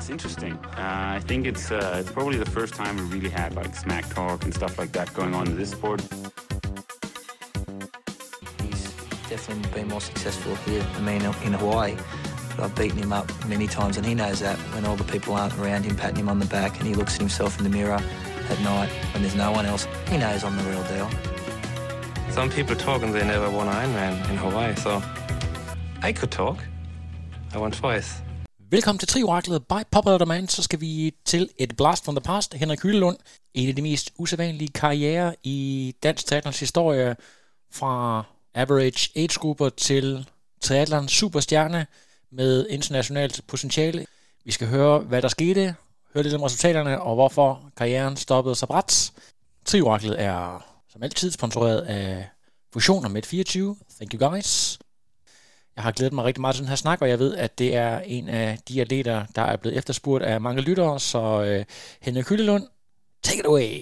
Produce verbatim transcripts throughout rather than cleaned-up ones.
It's interesting. Uh, I think it's uh, it's probably the first time we really had like smack talk and stuff like that going on in this sport. He's definitely been more successful here than me in Hawaii. But I've beaten him up many times, and he knows that when all the people aren't around him patting him on the back and he looks at himself in the mirror at night when there's no one else, he knows I'm the real deal. Some people talk and they never won Ironman in Hawaii, so I could talk. I won twice. Velkommen til Trioraklet by Pop Man. Så skal vi til et blast from the past. Henrik Hyllelund, en af de mest usædvanlige karrierer i dansk triathlons historie, fra average age grupper til triathlon superstjerne med internationalt potentiale. Vi skal høre, hvad der skete, høre lidt om resultaterne og hvorfor karrieren stoppede så brat. Trioraklet er som altid sponsoreret af Fusion og Med fireogtyve. Thank you guys. Jeg har glædet mig rigtig meget til den her snak, og jeg ved, at det er en af de atleter, der er blevet efterspurgt af mange lyttere, så uh, Henrik Hyllelund, take it away.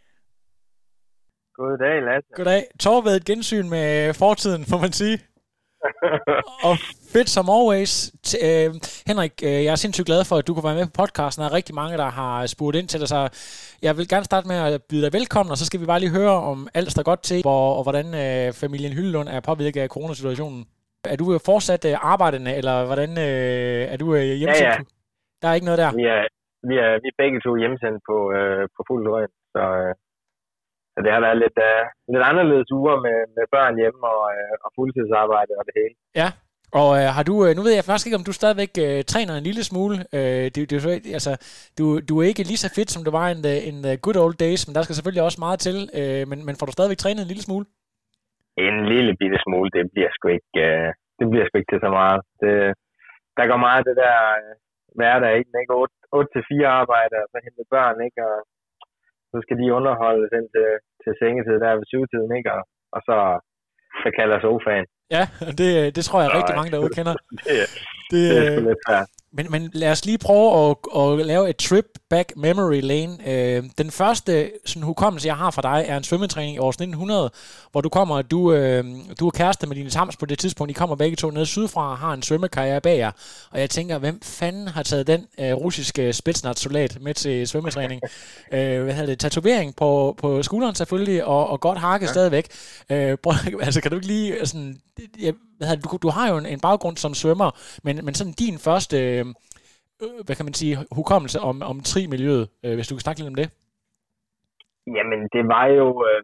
Goddag, Lasse. Goddag. Tår ved et gensyn med fortiden, får man sige. Og fedt som always. T- uh, Henrik, uh, jeg er sindssygt glad for, at du kunne være med på podcasten. Der er rigtig mange, der har spurgt ind til dig, så jeg vil gerne starte med at byde dig velkommen, og så skal vi bare lige høre, om alt står godt til, og, og hvordan uh, familien Hyllelund er påvirket af coronasituationen. Er du fortsat uh, arbejdende, eller hvordan uh, er du uh, hjemsendt? Ja, ja. Der er ikke noget der? Vi er, vi er, vi er begge to hjemsendt på, uh, på fuld drøn, så, uh, så det har været lidt, uh, lidt anderledes uger med, med børn hjemme og, uh, og fuldtidsarbejde og det hele. Ja, og uh, har du, uh, nu ved jeg faktisk ikke, om du stadigvæk uh, træner en lille smule. Uh, det, det, altså, du, du er ikke lige så fedt, som du var in the, in the good old days, men der skal selvfølgelig også meget til. Uh, men, men får du stadigvæk trænet en lille smule? En lille bitte smule, det bliver sgu ikke, uh, det bliver sgu ikke til så meget. Det, der går meget det der uh, hverdag, ikke? otte til fire arbejde, og så hente børn, ikke? Og så skal de underholdes ind til, til sengetid der ved syvtiden, ikke? Og, og så, så kalder sofaen. Ja, det, det tror jeg rigtig mange derude kender. det, det, det er sgu lidt svært. Men, men lad os lige prøve at, at lave et trip back memory lane. Øh, den første sådan, hukommelse, jeg har fra dig, er en svømmetræning i år nitten hundrede, hvor du kommer, du, øh, du er kæreste med dine tams på det tidspunkt. I kommer begge to ned sydfra og har en svømmekarriere bag jer. Og jeg tænker, hvem fanden har taget den øh, russiske spetsnaz-soldat med til svømmetræning? øh, hvad hedder det? Tatovering på, på skulderen selvfølgelig, og, og godt hakke ja. Stadigvæk. Øh, prøv, altså, kan du ikke lige sådan... Jeg, Du, du har jo en, en baggrund som svømmer, men, men sådan din første, øh, hvad kan man sige, hukommelse om, om tri-miljøet, øh, hvis du kan snakke lidt om det? Jamen, det var jo, øh,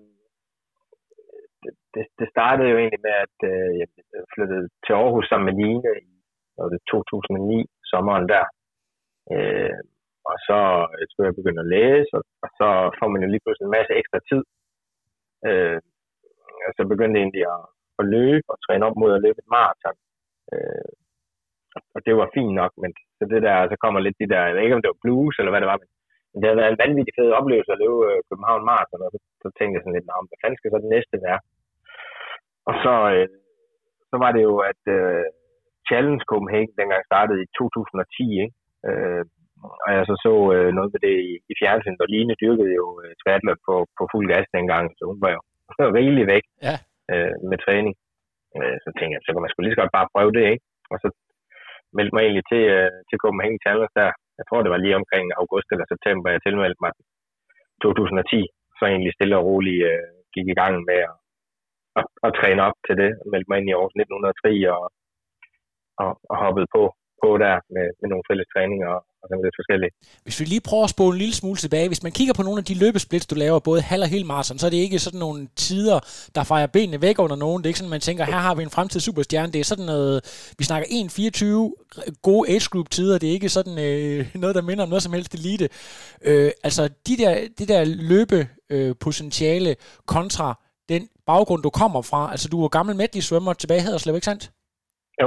det, det startede jo egentlig med, at øh, jeg flyttede til Aarhus sammen med Line i to tusind og ni, sommeren der. Øh, og så skulle jeg begynde at læse, og, og så får man jo lige pludselig en masse ekstra tid. Øh, og så begyndte jeg egentlig at at løbe og træne op mod at løbe et maraton. Øh, og det var fint nok, men så det der, så kommer lidt de der, jeg ved ikke om det var blues eller hvad det var, men det havde været en vanvittig fed oplevelse at løbe øh, København Marathon, og så, så tænkte jeg sådan lidt, hvad fanden skal så det næste være? Og så, øh, så var det jo, at øh, Challenge Copenhagen dengang startede i to tusind og ti, ikke? Øh, og jeg så så øh, noget med det i, i fjernsynet, og Line dyrkede jo øh, triathlon på, på fuld gas dengang, så hun var jo rigeligt væk. Ja. Øh, med træning. Øh, så tænkte jeg, så kan man sgu lige så godt bare prøve det, ikke? Og så meldte mig egentlig til, øh, til Copenhagen Challenge der. Jeg tror, det var lige omkring august eller september, jeg tilmeldte mig to tusind og ti. Så egentlig stille og roligt øh, gik i gang med at, at, at træne op til det. Jeg meldte mig ind i år nitten hundrede og tre og, og, og hoppede på, på der med, med nogle fælles træninger og, og sådan lidt forskelligt. Hvis vi lige prøver at spole en lille smule tilbage, hvis man kigger på nogle af de løbesplits, du laver, både halv og hel maraton, så er det ikke sådan nogle tider, der fejrer benene væk under nogen. Det er ikke sådan, man tænker, her har vi en fremtidig superstjerne. Det er sådan noget, vi snakker en fireogtyve gode age group tider. Det er ikke sådan øh, noget, der minder om noget som helst elite. Øh, altså, de der, det der løbepotentiale øh, kontra den baggrund, du kommer fra. Altså, du var gammel medley svømmer tilbage i Haderslev, ikke sandt? Jo.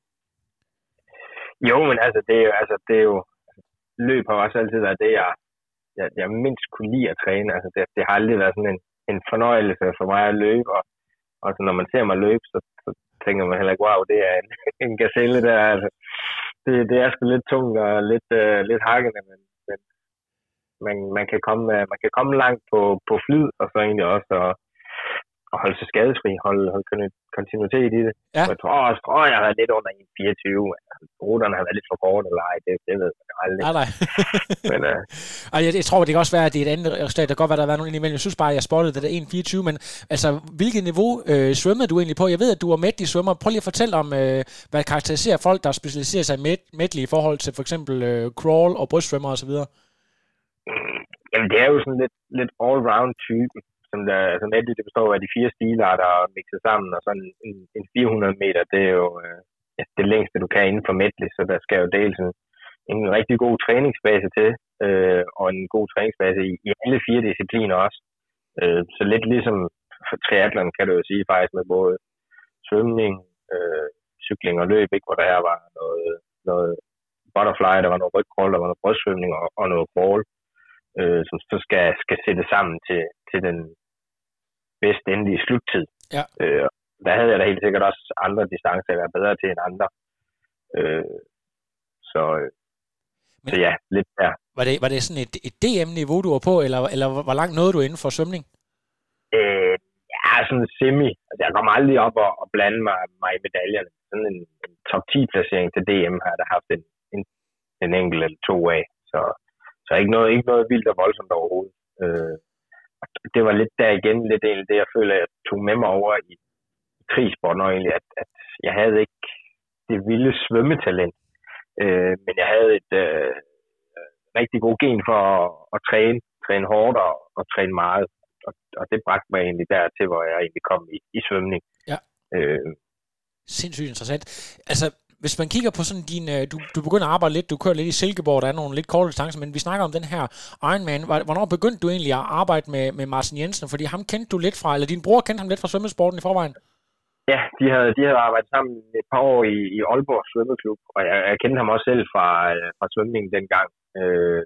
Jo, men altså, det er jo, altså, det er jo løb har også altid været det, jeg, jeg, jeg mindst kunne lide at træne. Altså, det, det har aldrig været sådan en, en fornøjelse for mig at løbe, og, og så når man ser mig løbe, så, så tænker man heller ikke, wow, det er en, en gazelle der. Altså, det, det er sgu lidt tungt og lidt, uh, lidt hakkende, men, men man, man, kan komme, man kan komme langt på, på flyd, og så egentlig også at, at holde sig skadesfri, holde, holde kontinuitet i det. Ja. Jeg tror også, tror, jeg har været lidt under en fireogtyve. ruterne har været lidt for kort eller ej, det, det ved jeg aldrig. Nej, nej. men, øh, og jeg, jeg tror, det kan også være, at det er et andet resultat. Der kan godt være, der har været nogen indimellem. Jeg synes bare, at jeg spottede det der en fireogtyve, men altså, hvilket niveau øh, svømmede du egentlig på? Jeg ved, at du var medley svømmer. Prøv lige at fortælle om, øh, hvad karakteriserer folk, der specialiserer sig i medley i forhold til for eksempel øh, crawl og brystsvømmer osv.? Jamen, det er jo sådan lidt, lidt all-round type. Som der, altså medley, det består af de fire stilarter og mixet sammen, og sådan en, en fire hundrede meter, det er jo øh, ja, det længste, du kan inden for medley, så der skal jo dels en, en rigtig god træningsbase til, øh, og en god træningsbase i, i alle fire discipliner også. Øh, så lidt ligesom for triathlon, kan du jo sige, faktisk med både svømning, øh, cykling og løb, ikke, hvor der her var noget, noget butterfly, der var noget rygcrawl, der var noget brystsvømning og, og noget crawl, øh, som så skal, skal sætte sammen til, til den bedst endelige sluttid. Ja. Øh, der havde jeg da helt sikkert også andre distancer, jeg var bedre til end andre. Øh, så, Men, så ja, lidt der. Var det, var det sådan et, et D M-niveau, du var på, eller, eller hvor langt nåede du inden for svømning? Øh, ja, sådan semi. Altså, jeg kommer aldrig op og, og blande mig, mig i medaljerne. Sådan en, en top ti-placering til D M har der haft en, en, en enkelt eller to af. Så, så ikke, noget, ikke noget vildt og voldsomt overhovedet. Øh, det var lidt der igen, lidt egentlig det, jeg føler, jeg tog med mig over i krigssport, egentlig, at, at jeg havde ikke det vilde svømmetalent, øh, men jeg havde et øh, rigtig god gen for at, at træne, træne hårdt og, og træne meget, og, og det bragte mig egentlig dertil, hvor jeg egentlig kom i, i svømning. Ja. Øh, Sindssygt interessant. Altså, hvis man kigger på sådan din, du, du begynder at arbejde lidt, du kører lidt i Silkeborg, der er nogle lidt korte distancer, men vi snakker om den her Ironman. Hvornår begyndte du egentlig at arbejde med, med Martin Jensen? Fordi ham kendte du lidt fra, eller din bror kendte ham lidt fra svømmesporten i forvejen? Ja, de havde, de havde arbejdet sammen et par år i, i Aalborg Svømmeklub, og jeg, jeg kendte ham også selv fra, fra svømningen dengang. Øh,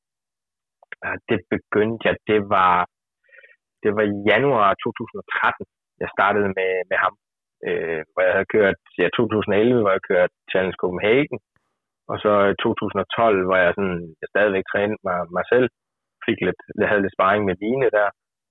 det begyndte jeg, det var, det var i januar to tusind og tretten, jeg startede med, med ham. Øh, hvor jeg havde kørt, ja, to tusind og elleve, hvor jeg kørt Challenge Copenhagen, og så to tusind og tolv, hvor jeg sådan, jeg stadigvæk trænede mig, mig selv, fik lidt, jeg havde lidt sparring med Line der,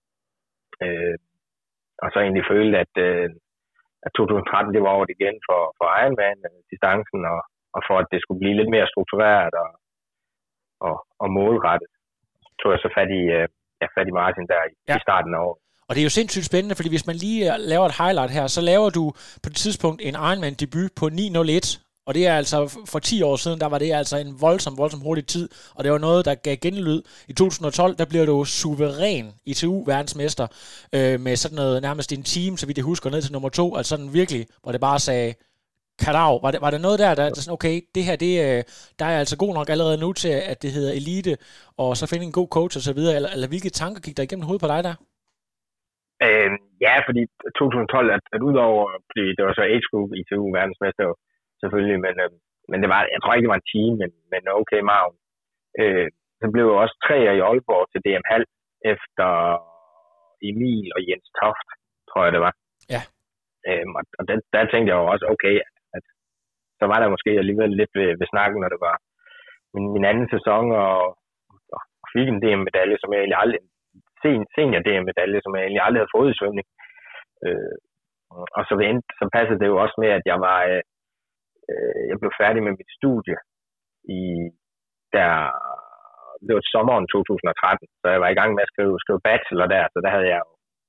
øh, og så egentlig følte, at, øh, at to tusind og tretten, det var over igen for, for Ironman-distancen, og, og for at det skulle blive lidt mere struktureret og, og, og målrettet, så tog jeg så fat i, øh, ja, fat i Martin der i, ja. i starten af året. Og det er jo sindssygt spændende, fordi hvis man lige laver et highlight her, så laver du på det tidspunkt en Ironman-debut på ni nul et, og det er altså for ti år siden, der var det altså en voldsom, voldsom hurtig tid, og det var noget, der gav genlyd. I to tusind og tolv, der bliver du suveræn I T U-verdensmester, øh, med sådan noget nærmest en team, så vidt jeg husker, ned til nummer to, altså sådan virkelig, hvor det bare sagde, kadav. Var det, var der noget der, der, der sådan, okay, det her, det, der er altså god nok allerede nu til, at det hedder elite, og så finde en god coach og så videre, eller, eller hvilke tanker gik der igennem hovedet på dig der? Øh, ja, fordi to tusind og tolv, at, at udover, fordi det var så age group I T U verdensmester selvfølgelig, men, øh, men det var, jeg tror ikke, det var en team, men, men okay, Marvin. Øh, så blev jo også tre i Aalborg til D M halv efter Emil og Jens Toft, tror jeg det var. Ja. Øh, og og der, der tænkte jeg jo også, okay, at, at så var der måske alligevel lidt ved, ved snakken, når det var min, min anden sæson, og, og fik en D M-medalje, som jeg egentlig aldrig senior D M-medalje, som jeg egentlig aldrig havde fået i svømning. Øh, og så, endte, så passede det jo også med, at jeg var øh, jeg blev færdig med mit studie i der, det var sommeren to tusind og tretten, så jeg var i gang med at skrive, skrive bachelor der, så der havde jeg jo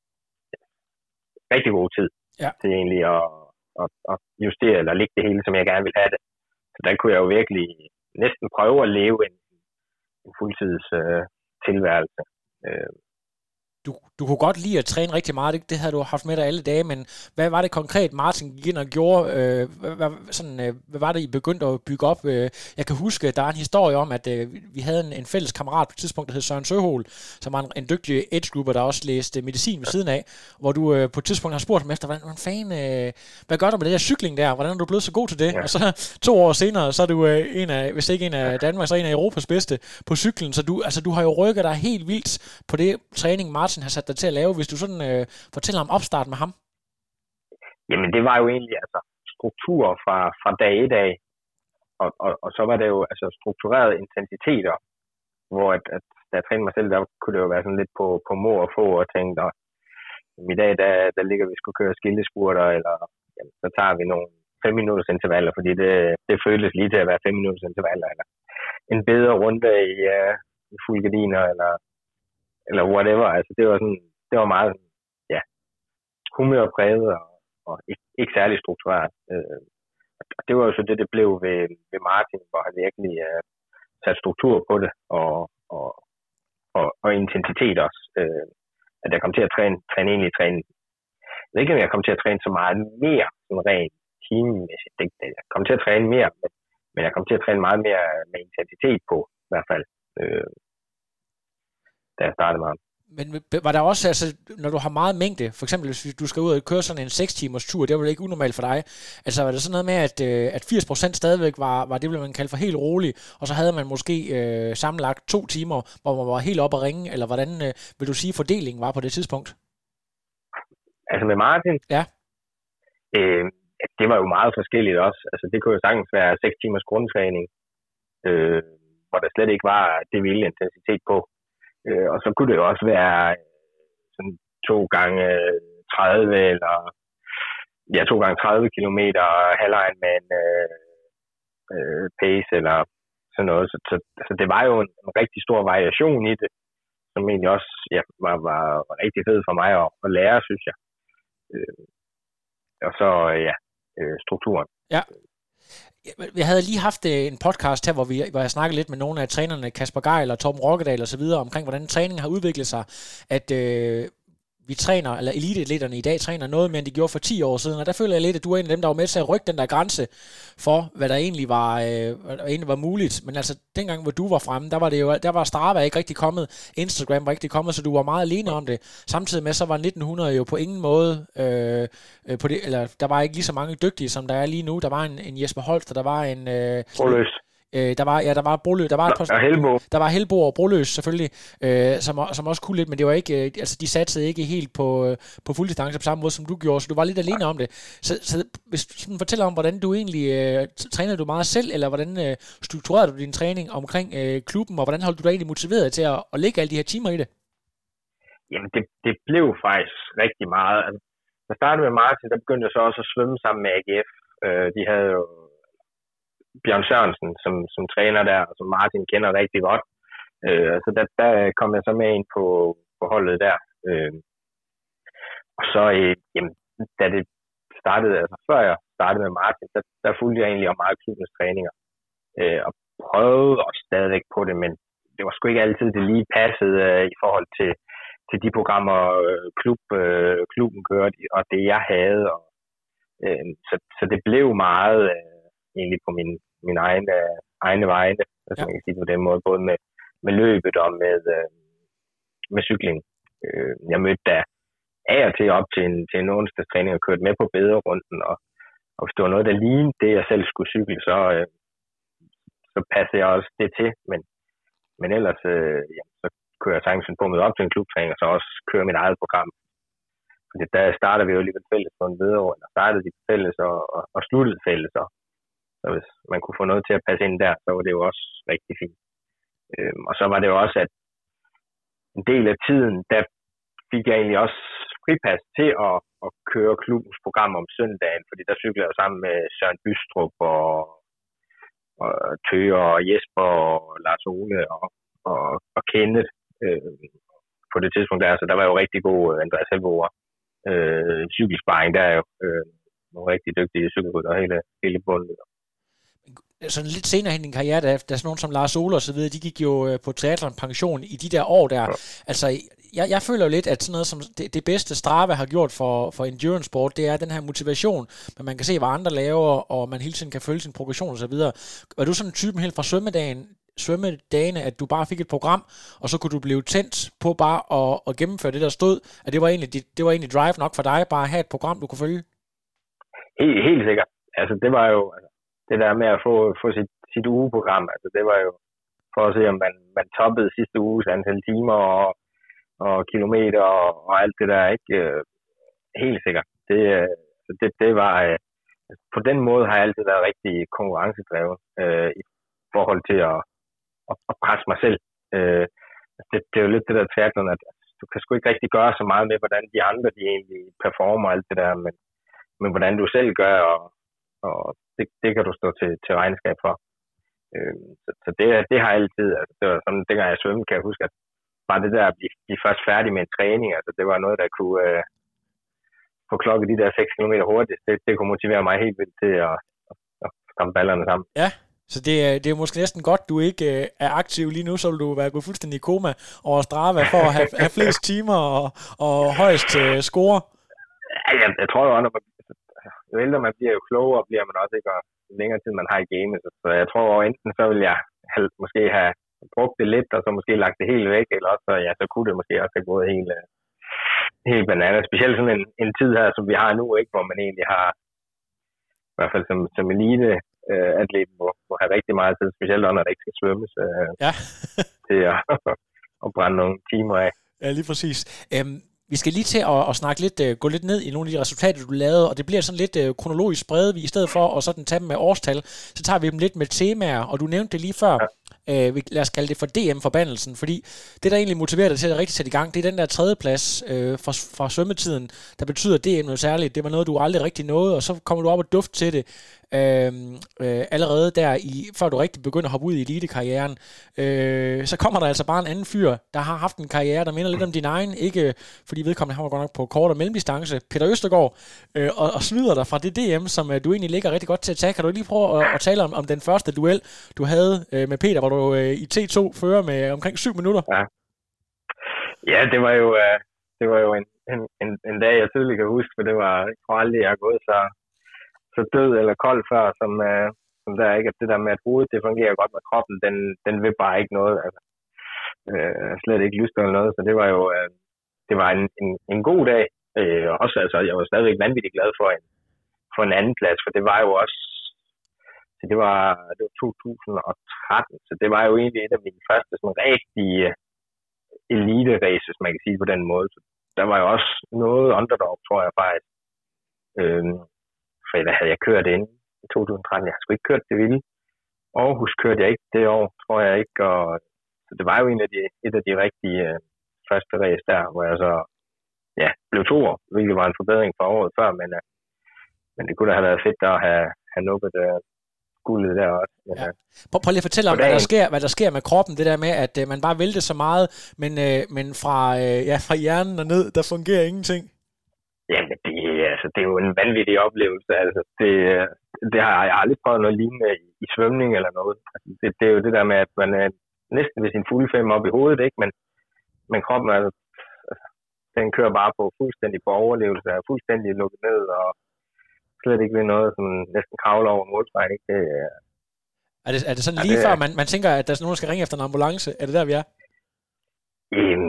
rigtig god tid ja. til egentlig at, at, at justere eller lægge det hele, som jeg gerne ville have det. Så der kunne jeg jo virkelig næsten prøve at leve en, en fuldtids øh, tilværelse. Øh, Du, du kunne godt lide at træne rigtig meget, det, det havde du haft med dig alle dage, men hvad var det konkret, Martin gik ind og gjorde? Øh, hvad, hvad, sådan, øh, hvad var det, I begyndte at bygge op? Øh, jeg kan huske, der er en historie om, at øh, vi havde en, en fælles kammerat på et tidspunkt, der hed Søren Søhol, som var en, en dygtig edge-grupper, der også læste medicin ved siden af, hvor du øh, på et tidspunkt har spurgt ham efter, hvordan fanden, øh, hvad gør du med det der cykling der? Hvordan er du blevet så god til det? Ja. Og så to år senere, så er du øh, en af, hvis ikke en af Danmark, så en af Europas bedste på cyklen, så du, altså, du har jo rykket dig helt vildt på det træning, Martin har sat dig til at lave, hvis du sådan øh, fortæller om opstarten med ham? Jamen, det var jo egentlig altså struktur fra, fra dag i dag, og, og, og så var det jo altså strukturerede intensiteter, hvor at, at da jeg trænede mig selv, der kunne det jo være sådan lidt på, på må og få, og tænkte, at i dag, der, der ligger vi skulle køre skildespurter, eller jamen, så tager vi nogle fem minutters intervaller, fordi det, det føltes lige til at være fem minutters intervaller, eller en bedre runde i, uh, i fuld gardiner, eller, eller whatever. Altså, det var sådan, det var meget, ja, humørpræget og, og ikke, ikke særlig struktureret. Uh, og det var jo så det, det blev ved, ved Martin, hvor han virkelig uh, satte struktur på det, og, og, og, og intensitet også. Uh, at jeg kom til at træne, træne egentlig træne. Jeg ved ikke, om jeg kom til at træne så meget mere, sådan rent timemæssigt. Jeg kom til at træne mere, men, men jeg kom til at træne meget mere med intensitet på, i hvert fald, øh, da jeg startede med ham. Men var der også, altså, når du har meget mængde, for eksempel hvis du skal ud og køre sådan en seks timers tur, det var ikke unormalt for dig, altså var det sådan noget med, at, at firs procent stadigvæk var, var det, man kalde for helt rolig, og så havde man måske øh, sammenlagt to timer, hvor man var helt op at ringe, eller hvordan øh, vil du sige, fordelingen var på det tidspunkt? Altså med Martin? Ja. Øh, det var jo meget forskelligt også. Altså det kunne jo sagtens være seks timers grundtræning, øh, hvor der slet ikke var det vilde intensitet på. Øh, og så kunne det jo også være sådan to gange tredive, eller ja, to gange tredive kilometer halvlejen med en øh, øh, pace, eller sådan noget. Så, så, så det var jo en, en rigtig stor variation i det, som egentlig også ja, var, var, var rigtig fed for mig at, at lære, synes jeg. Øh, og så, ja, øh, strukturen. Ja. Jeg havde lige haft en podcast her, hvor, vi, hvor jeg snakkede lidt med nogle af trænerne, Kasper Geil og Torben Rokkedal og så videre, omkring hvordan træningen har udviklet sig, at øh, vi træner, eller eliteatleterne i dag træner noget mere, end de gjorde for ti år siden, og der føler jeg lidt, at du er en af dem, der var med til at rykke den der grænse for, hvad der egentlig var, øh, hvad der egentlig var muligt. Men altså, dengang, hvor du var fremme, der var det jo, der var Strava ikke rigtig kommet, Instagram var ikke rigtig kommet, så du var meget alene om det. Samtidig med, så var nitten hundrede jo på ingen måde, øh, på det, eller der var ikke lige så mange dygtige, som der er lige nu. Der var en, en Jesper Holst, og der var en... Øh, Øh, der var ja, der var Broløs, der var et par, og Helbo. Der var Helbo og Broløs selvfølgelig, øh, som som også kunne lidt, men det var ikke, øh, altså de satsede ikke helt på øh, på fuld distance på samme måde som du gjorde, så du var lidt alene om det. Så, så hvis du sådan fortæller om, hvordan du egentlig øh, trænede du meget selv, eller hvordan øh, strukturerede du din træning omkring øh, klubben, og hvordan holdt du dig egentlig motiveret til at, at lægge alle de her timer i det? Jamen det det blev faktisk rigtig meget. Altså, jeg startede med Martin, der begyndte jeg så også at svømme sammen med A G F. Øh, de havde jo Bjørn Sørensen, som, som træner der, og som Martin kender rigtig godt. Øh, så der, der kom jeg så med ind på, på holdet der. Øh, og så, øh, jamen, da det startede, altså før jeg startede med Martin, der, der fulgte jeg egentlig om meget klubbens træninger. Øh, og prøvede også stadigvæk på det, men det var sgu ikke altid, det lige passede øh, i forhold til, til de programmer, øh, klub, øh, klubben kørte, og det jeg havde. Og, øh, så, så det blev meget... Øh, egentlig på min, min egen, øh, egne vegne, hvis ja. Man kan sige på den måde, både med, med løbet og med, øh, med cykling. Øh, jeg mødte da af og til op til en, til en onsdagstræning og kørte med på bederunden, og, og hvis det var noget, der lignede det, jeg selv skulle cykle, så, øh, så passede jeg også det til, men, men ellers øh, ja, så kører jeg sagtens på med op til en klubtræning, og så også kører mit eget program. Fordi der starter vi jo alligevel fælles på en bederund, og startede de fælles og, og, og sluttede fælles, og så hvis man kunne få noget til at passe ind der, så var det jo også rigtig fint. Øhm, og så var det jo også, at en del af tiden, der fik jeg egentlig også fripas til at, at køre klubbens program om søndagen, fordi der cyklede jeg jo sammen med Søren Bystrup og, og Tøge og Jesper og Lars Ole og, og, og Kenneth øh, på det tidspunkt der. Så der var jo rigtig god Andreas Helvoer øh, cykelsparing, der er jo øh, nogle rigtig dygtige cykelrytter hele, hele bunden. Sådan lidt senere hen i din karriere, der, der er sådan nogen som Lars Ole og så videre, de gik jo øh, på triathlon pension i de der år der. Ja. Altså, jeg, jeg føler jo lidt, at sådan noget som det, det bedste Strava har gjort for, for endurance sport, det er den her motivation, men man kan se, hvad andre laver, og man hele tiden kan følge sin progression og så videre. Var du sådan en typen helt fra svømmedagen, svømmedagene, at du bare fik et program, og så kunne du blive tændt på bare at, at gennemføre det, der stod, at det var egentlig, det, det var egentlig drive nok for dig, bare at have et program, du kunne følge? Helt, helt sikkert. Altså, det var jo... Det der med at få, få sit, sit ugeprogram, altså det var jo for at se, om man, man toppede sidste uges antal timer og, og kilometer og, og alt det der, ikke? Helt sikkert. Det, det, det var, på den måde har jeg altid været rigtig konkurrencedrevet øh, i forhold til at, at, at presse mig selv. Øh, det, det er jo lidt det der triathlon, at du kan sgu ikke rigtig gøre så meget med, hvordan de andre de egentlig performer og alt det der, men, men hvordan du selv gør, og og det, det kan du stå til, til regnskab for. Øh, så så det, det har altid, altså det var sådan, dengang jeg svømmede, kan jeg huske, at bare det der at blive, blive først færdig med en træning, altså det var noget, der kunne øh, få klokket de der seks kilometer hurtigt. Det, det kunne motivere mig helt vildt til at, at, at stramme ballerne sammen. Ja, så det er, det er måske næsten godt, du ikke øh, er aktiv lige nu, så vil du være gået fuldstændig i koma over Strava for at have, have flest timer og, og højst øh, score. Ja, jeg, jeg tror jo, når man, jo ældre man bliver, jo klogere bliver man også, ikke? Og jo længere tid man har i gamet. Så, så jeg tror, enten så vil jeg have, måske have brugt det lidt, og så måske lagt det helt væk, eller også, ja, så kunne det måske også have gået helt, helt bananer. Specielt sådan en, en tid her, som vi har nu, ikke, hvor man egentlig har, i hvert fald som, som elite øh, atlet, hvor, hvor har rigtig meget tid, specielt når der ikke skal svømmes, øh, ja. til at, at brænde nogle timer af. Ja, lige præcis. Øhm, vi skal lige til at, at snakke lidt, uh, gå lidt ned i nogle af de resultater, du lavede, og det bliver sådan lidt uh, kronologisk spredt. I stedet for at sådan tage dem med årstal, så tager vi dem lidt med temaer, og du nævnte det lige før. Ja. Uh, lad os kalde det for D M-forbandelsen, fordi det, der egentlig motiverer dig til at rigtig sætte i gang, det er den der tredjeplads uh, fra, fra svømmetiden, der betyder D M noget særligt. Det var noget, du aldrig rigtig nåede, og så kommer du op og duft til det uh, uh, allerede der, i, før du rigtig begynder at hoppe ud i elitekarrieren. Uh, så kommer der altså bare en anden fyr, der har haft en karriere, der minder lidt om din egen, ikke fordi vedkommende har godt nok på kort og mellemdistance, Peter Østergaard, uh, og, og snyder dig fra det D M, som uh, du egentlig ligger rigtig godt til at tage. Kan du lige prøve at, at tale om, om den første duel, du havde uh, med Peter, hvor du uh, i T to fører med omkring syv minutter? Ja, ja det var jo, uh, det var jo en, en, en, en dag, jeg tydeligt kan huske, for det var, jeg tror aldrig, jeg har gået så, så død eller kold før, som, uh, som der ikke, at det der med, at hovedet, det fungerer godt med kroppen, den, den vil bare ikke noget, altså, uh, slet ikke lyst eller noget, så det var jo, uh, det var en, en, en god dag, uh, også, altså, jeg var stadigvæk vanvittigt glad for en, for en anden plads, for det var jo også, det var, det var to tusind og tretten, så det var jo egentlig et af mine første sådan rigtige elite-race, hvis man kan sige på den måde. Så der var jo også noget underdog, tror jeg faktisk. Øhm, for der havde jeg kørt ind i to tusind og tretten. Jeg har sgu ikke kørt det vilde. Aarhus kørte jeg ikke det år, tror jeg ikke. Og, så det var jo en af de, et af de rigtige øh, første race der, hvor jeg så ja, blev to år, hvilket var en forbedring fra året før, men, øh, men det kunne da have været fedt at have, have nubbet øh, guldet der også. Men, ja. Prøv, prøv lige at fortælle om, hvad der, sker, hvad der sker med kroppen, det der med, at øh, man bare vælter så meget, men, øh, men fra, øh, ja, fra hjernen og ned, der fungerer ingenting. Ja, men det, altså, det er jo en vanvittig oplevelse. Altså, det, det har jeg aldrig prøvet noget lignende i, i svømning eller noget. Altså, det, det er jo det der med, at man er næsten ved sin fulde fem op i hovedet, ikke? Men, men kroppen, altså, den kører bare på fuldstændig på overlevelse, er fuldstændig lukket ned, og slet ikke ved noget, som næsten kravler over en målstreg, ikke? Det, er, det, er det sådan lige det, før, man, man tænker, at der er nogen, der skal ringe efter en ambulance? Er det der, vi er? Øhm,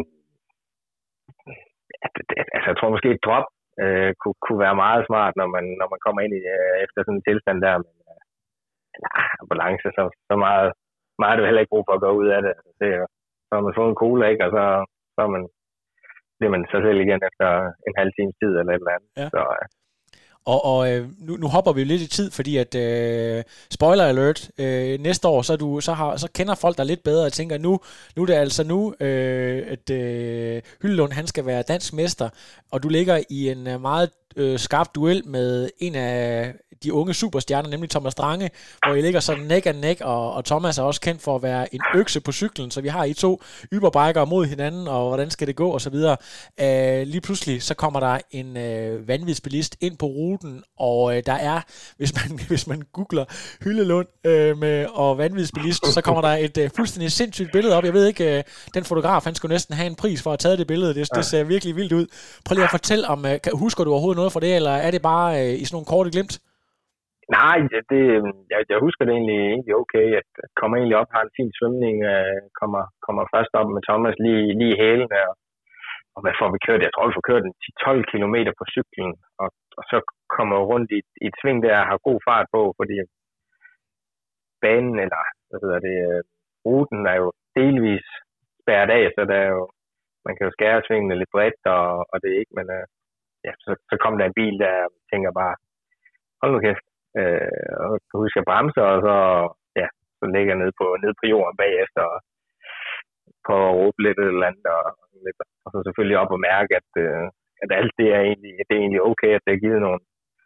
altså, jeg tror måske et drop øh, kunne, kunne være meget smart, når man, når man kommer ind i, øh, efter sådan en tilstand der, men øh, nej, ambulance, så, så meget, meget er det heller ikke brug for at gå ud af det. det så har man fået en cola, ikke? Og så, så er man, bliver man sig selv igen efter en halv times tid eller et eller andet. Ja. Så, øh, Og, og øh, nu, nu hopper vi jo lidt i tid, fordi at øh, spoiler alert, øh, næste år, så, du, så, har, så kender folk dig lidt bedre og tænker, nu, nu er det altså nu, øh, at øh, Hyllelund, han skal være dansk mester, og du ligger i en øh, meget øh, skarp duel med en af de unge superstjerner, nemlig Thomas Strange, hvor I ligger sådan neck and neck, og, og Thomas er også kendt for at være en økse på cyklen, så vi har I to yberbikere mod hinanden, og hvordan skal det gå, og så videre. Øh, lige pludselig, så kommer der en øh, vanvidsbilist ind på ruten, og øh, der er, hvis man, hvis man googler Hyllelund øh, med, og vanvidsbilist, så kommer der et øh, fuldstændig sindssygt billede op. Jeg ved ikke, øh, den fotograf, han skulle næsten have en pris for at have taget det billede. Det, det ser virkelig vildt ud. Prøv lige at fortælle om, øh, husker du overhovedet noget fra det, eller er det bare øh, i sådan nogle korte glimt? Nej, det, jeg, jeg husker det egentlig, egentlig okay, at kommer egentlig op, har en fin svømning, øh, kommer, kommer først op med Thomas lige, lige i hælene, og, og hvad får vi kørt? Jeg tror, vi får kørt ti til tolv kilometer på cyklen, og, og så kommer jeg rundt i, i et sving der, har god fart på, fordi banen, eller hvad hedder det, ruten er jo delvis spærret af, så der er jo, man kan jo skære svingene lidt bredt, og, og det er ikke, men øh, ja, så, så kom der en bil, der tænker bare, hold nu kæft. Øh, og så husker jeg bremser, og så, ja, så ligger jeg nede på, nede på jorden bagefter, og på at råbe lidt eller andet, og, og så selvfølgelig op og mærke, at, øh, at alt det er egentlig, det er egentlig okay, at det har givet nogle,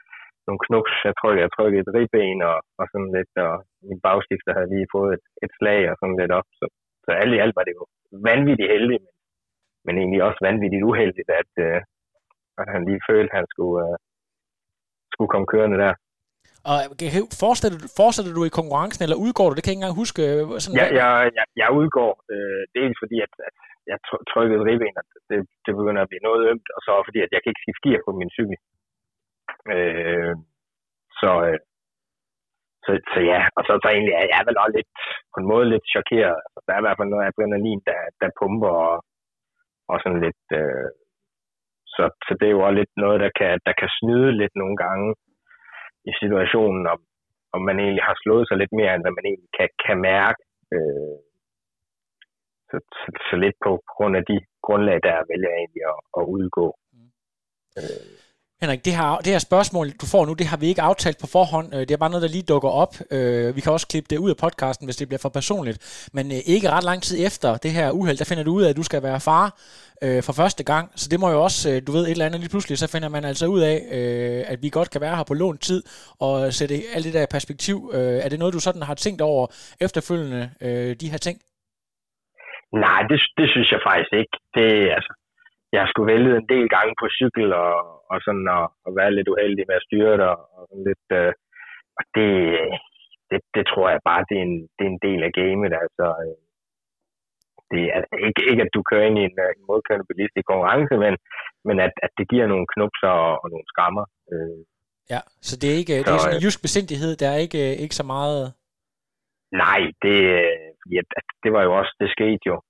nogle knups. Jeg trykkede, jeg trykkede et ribben og, og sådan lidt, og min bagskifter havde lige fået et, et slag og sådan lidt op. Så, så alt i alt var det jo vanvittigt heldigt, men, men egentlig også vanvittigt uheldigt, at, øh, at han lige følte, at han skulle, øh, skulle komme kørende der. Og fortsætter, fortsætter du i konkurrencen, eller udgår du? Det kan jeg ikke engang huske. Sådan ja, jeg, jeg, jeg udgår. Øh, dels fordi, at, at jeg trykkede ribben, og det, det begynder at blive noget ømt, og så fordi, at jeg kan ikke skifte gear på min cykel. Øh, så, øh, så, så ja, og så, så egentlig er jeg vel også lidt, på en måde lidt chokeret. Altså, der er i hvert fald noget adrenalin, der, der pumper, og, og sådan lidt... Øh, så, så det er jo også lidt noget, der kan, der kan snyde lidt nogle gange i situationen, om, om man egentlig har slået sig lidt mere, end hvad man egentlig kan, kan mærke. Øh, så, så, så lidt på grund af de grundlag, der vælger jeg egentlig at, at udgå. Mm. Øh. Henrik, det her, det her spørgsmål, du får nu, det har vi ikke aftalt på forhånd. Det er bare noget, der lige dukker op. Vi kan også klippe det ud af podcasten, hvis det bliver for personligt. Men ikke ret lang tid efter det her uheld, der finder du ud af, at du skal være far for første gang. Så det må jo også, du ved, et eller andet lige pludselig, så finder man altså ud af, at vi godt kan være her på lånt tid og sætte alt det der i perspektiv. Er det noget, du sådan har tænkt over efterfølgende, de her ting? Nej, det, det synes jeg faktisk ikke. Det, altså, jeg skulle vælge en del gange på cykel og, og sådan at, at være lidt uheldig med at styre det og, og sådan lidt. Øh, og det, det, det tror jeg bare, det er en, det er en del af gamet. Altså, øh, det er ikke, ikke, at du kører ind i en, en modkørende bilist i konkurrence, men, men at, at det giver nogle knupser og, og nogle skammer. Øh. Ja, så det er ikke så, det er sådan en jysk besindighed, der er ikke, ikke så meget... Nej, det, fordi at, at det var jo også, det skete jo.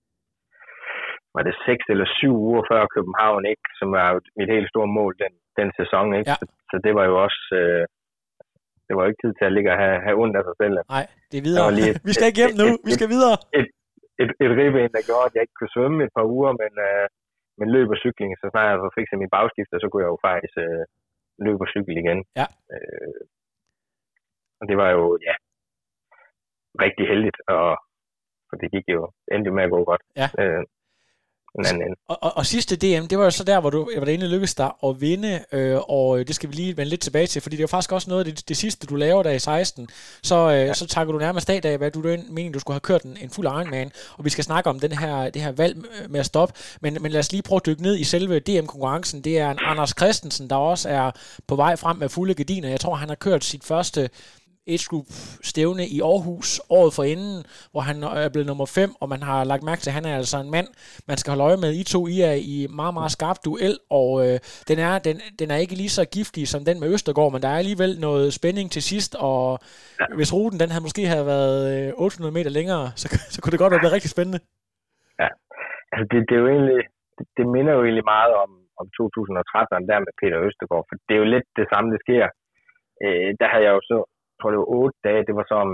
Var det seks eller syv uger før København, ikke, som var mit helt store mål den, den sæson, ikke? Ja. Så, så det var jo også, øh, det var jo ikke tid til at ligge og have, have ondt af sig selv. Nej, det er videre. Et, vi skal ikke hjem nu, et, vi skal videre. Et, et, et, et ribben, der gjorde, at jeg ikke kunne svømme et par uger, men, øh, men løb og cykling, så snart jeg fik sig min bagskifter, så kunne jeg jo faktisk øh, løbe og cykle igen. Ja. Øh, og det var jo, ja, rigtig heldigt, og for det gik jo endelig med at gå godt. Ja. Øh, Og, og, og sidste D M, det var jo så der, hvor du var det endelig lykkedes dig at vinde, øh, og det skal vi lige vende lidt tilbage til, fordi det er jo faktisk også noget af det, det sidste, du laver der i seksten, så, øh, ja. så takker du nærmest af, hvad du mener, du skulle have kørt en, en fuld Ironman, og vi skal snakke om den her, det her valg med at stoppe, men, men lad os lige prøve at dykke ned i selve D M-konkurrencen. Det er en Anders Christensen, der også er på vej frem med fulde gardiner. Jeg tror, han har kørt sit første age group stævne i Aarhus året forinden, hvor han er blevet nummer fem, og man har lagt mærke til, at han er altså en mand, man skal holde øje med. I to, I er i meget, meget skarp duel, og øh, den, er, den, den er ikke lige så giftig som den med Østergaard, men der er alligevel noget spænding til sidst, og ja. Hvis ruten den havde måske have været øh, otte hundrede meter længere, så, så kunne det godt have været rigtig spændende. Ja, altså det, det er jo egentlig, det, det minder jo egentlig meget om, om to tusind og tretten, der med Peter Østergaard, for det er jo lidt det samme, det sker. Øh, der havde jeg jo så jeg tror det var otte dage, det var så om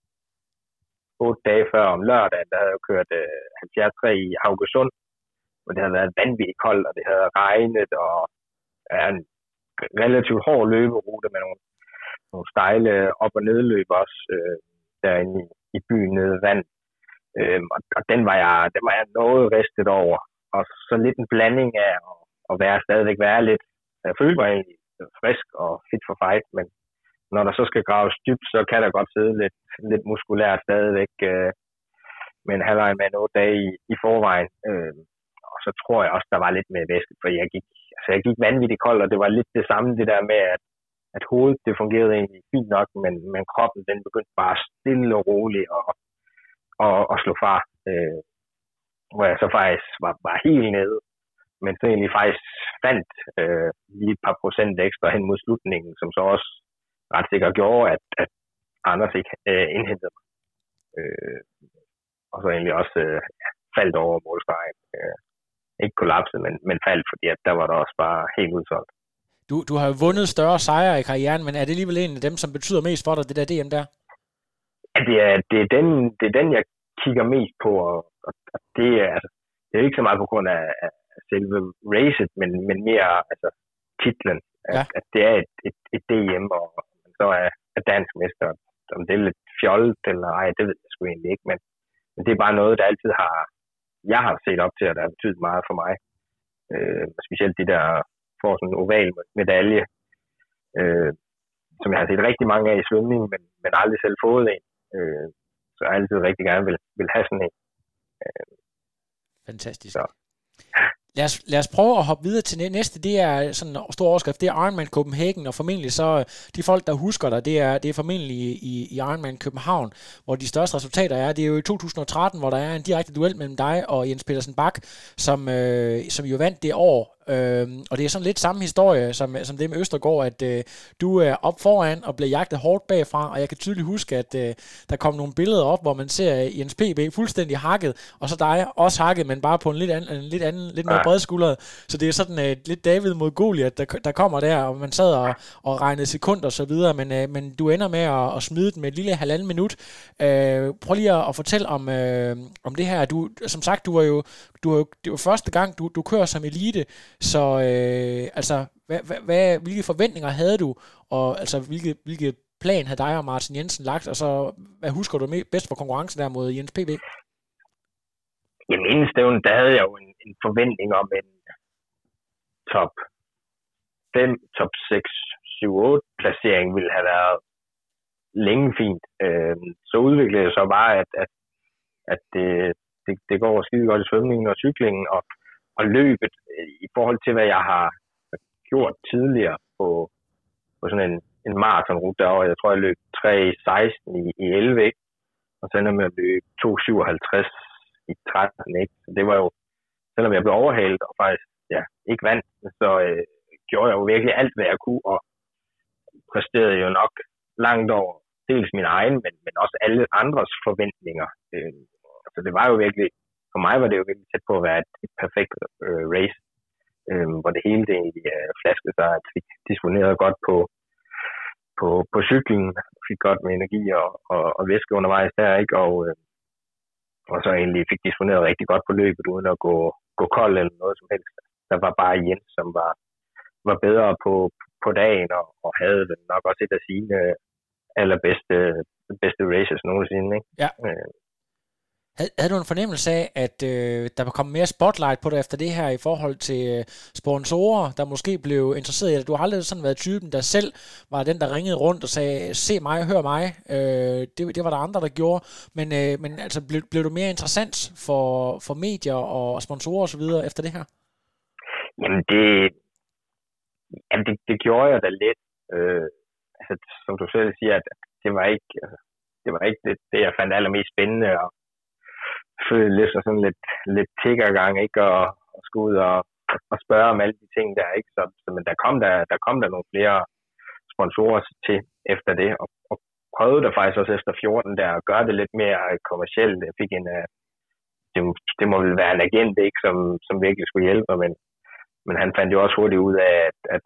otte dage før om lørdagen, der havde jeg kørt øh, halvfjerds tre i Haugesund, hvor det havde været vanvittigt koldt, og det havde regnet, og ja, en relativt hård løberute med nogle, nogle stejle op- og nedløb også, øh, derinde i, i byen nede ved vand. Øh, og, og den var jeg, den var jeg noget ristet over, og så lidt en blanding af at, at være stadigvæk være lidt, jeg følte mig egentlig frisk og fit for fight, men når der så skal graves dybt, så kan der godt sidde lidt, lidt muskulært stadigvæk øh, med en halvleg med en otte dage i, i forvejen. Øh, og så tror jeg også, der var lidt mere væske, for jeg gik, altså jeg gik vanvittigt kold, og det var lidt det samme, det der med, at, at hovedet, det fungerede egentlig fint nok, men, men kroppen, den begyndte bare stille og roligt at, og, og slå fra. Øh, hvor jeg så faktisk var, var helt nede, men så egentlig faktisk fandt øh, lige et par procent ekstra hen mod slutningen, som så også ret sikkert gjorde, at, at Anders ikke øh, indhentede mig. Øh, og så egentlig også øh, faldt over målstregen. Øh, ikke kollapset, men, men faldt, fordi at der var der også bare helt udsolgt. Du, du har vundet større sejre i karrieren, men er det alligevel en af dem, som betyder mest for dig, det der D M der? Ja, det er, det er, den, det er den, jeg kigger mest på, og, og, og det, er, altså, det er ikke så meget på grund af, af selve racet, men, men mere altså, titlen. At, ja. At det er et, et, et D M, og så er, er dansk mester. Om det er lidt fjollet, eller ej, det ved jeg sgu egentlig ikke, men, men det er bare noget, der altid har, jeg har set op til, og der har betydet meget for mig. Øh, specielt de der får sådan en oval medalje. Øh, som jeg har set rigtig mange af i svømning, men, men aldrig selv fået en. Øh, så jeg altid rigtig gerne vil, vil have sådan en. Øh, Fantastisk. Så. Lad os, lad os prøve at hoppe videre til næste. Det er sådan en stor overskrift. Det er Ironman Copenhagen, og formentlig så de folk, der husker dig, det er, det er formentlig i, i Ironman København, hvor de største resultater er. Det er jo i to tusind og tretten, hvor der er en direkte duel mellem dig og Jens Petersen Bach, som, øh, som jo vandt det år. Øh, og det er sådan lidt samme historie som, som det med Østergaard, at øh, du er op foran og bliver jagtet hårdt bagfra, og jeg kan tydeligt huske, at øh, der kom nogle billeder op, hvor man ser Jens P B fuldstændig hakket, og så dig også hakket, men bare på en lidt anden, en lidt, anden, lidt mere bredskuldret. Så det er sådan øh, lidt David mod Goliat, der, der kommer der, og man sad og, og regnede sekunder og så videre, men, øh, men du ender med at, at smide den med et lille halvanden minut. Øh, prøv lige at, at fortælle om, øh, om det her. Du, som sagt, du var jo, du var jo, det var første gang, du, du kører som elite, så øh, altså, hvad, hvad, hvilke forventninger havde du, og altså, hvilke, hvilke plan havde dig og Martin Jensen lagt, og så, hvad husker du med, bedst for konkurrencen der mod Jens P B? Jamen, inden stævnen, der havde jeg jo en, en forventning om en top fem, top seks, syv, otte placering ville have været længe fint. Øh, så udviklede det så bare, at, at, at det, det, det går skide godt i svømningen og cyklingen, og, og løbet i forhold til, hvad jeg har gjort tidligere på, på sådan en, en maratonrute derovre. Jeg tror, jeg løb tre seksten i, i elleve, ikke? Og så ender med at løbe to syvoghalvtreds i tretten, ikke? Så det var jo, selvom jeg blev overhalet og faktisk ja, ikke vandt, så øh, gjorde jeg jo virkelig alt, hvad jeg kunne, og præsterede jo nok langt over dels min egen, men, men også alle andres forventninger. Øh, så det var jo virkelig, for mig var det jo virkelig tæt på at være et, et perfekt øh, race, øh, hvor det hele det egentlig øh, flaskede sig, at fik disponeret godt på, på, på cyklen, fik godt med energi og, og, og væske undervejs der, ikke? Og, øh, og så egentlig fik disponeret rigtig godt på løbet, uden at gå, gå kold eller noget som helst. Der var bare Jens, som var, var bedre på, på dagen, og, og havde nok også et af sine allerbedste bedste races nogensinde, ikke? Ja. Øh. Havde, havde du en fornemmelse af, at øh, der kom mere spotlight på dig efter det her i forhold til øh, sponsorer, der måske blev interesseret i det? Du har aldrig sådan været typen, der selv var den, der ringede rundt og sagde, se mig, hør mig. Øh, det, det var der andre, der gjorde. Men, øh, men altså, blev, blev du mere interessant for, for medier og sponsorer osv. efter det her? Jamen, det, jamen det, det gjorde jeg da lidt. Øh, altså, som du selv siger, at det var ikke, altså, det, var ikke det, det, jeg fandt allermest spændende, og følte lidt sådan lidt, lidt tiggergang, ikke? Og, og skulle ud og, og spørge om alle de ting der, ikke? Så, så men der kom der, der kom der nogle flere sponsorer til efter det, og, og prøvede der faktisk også efter fjorten der at gøre det lidt mere kommercielt. Jeg fik en, det, det må vel være en agent, ikke? Som, som virkelig skulle hjælpe mig, men, men han fandt jo også hurtigt ud af, at, at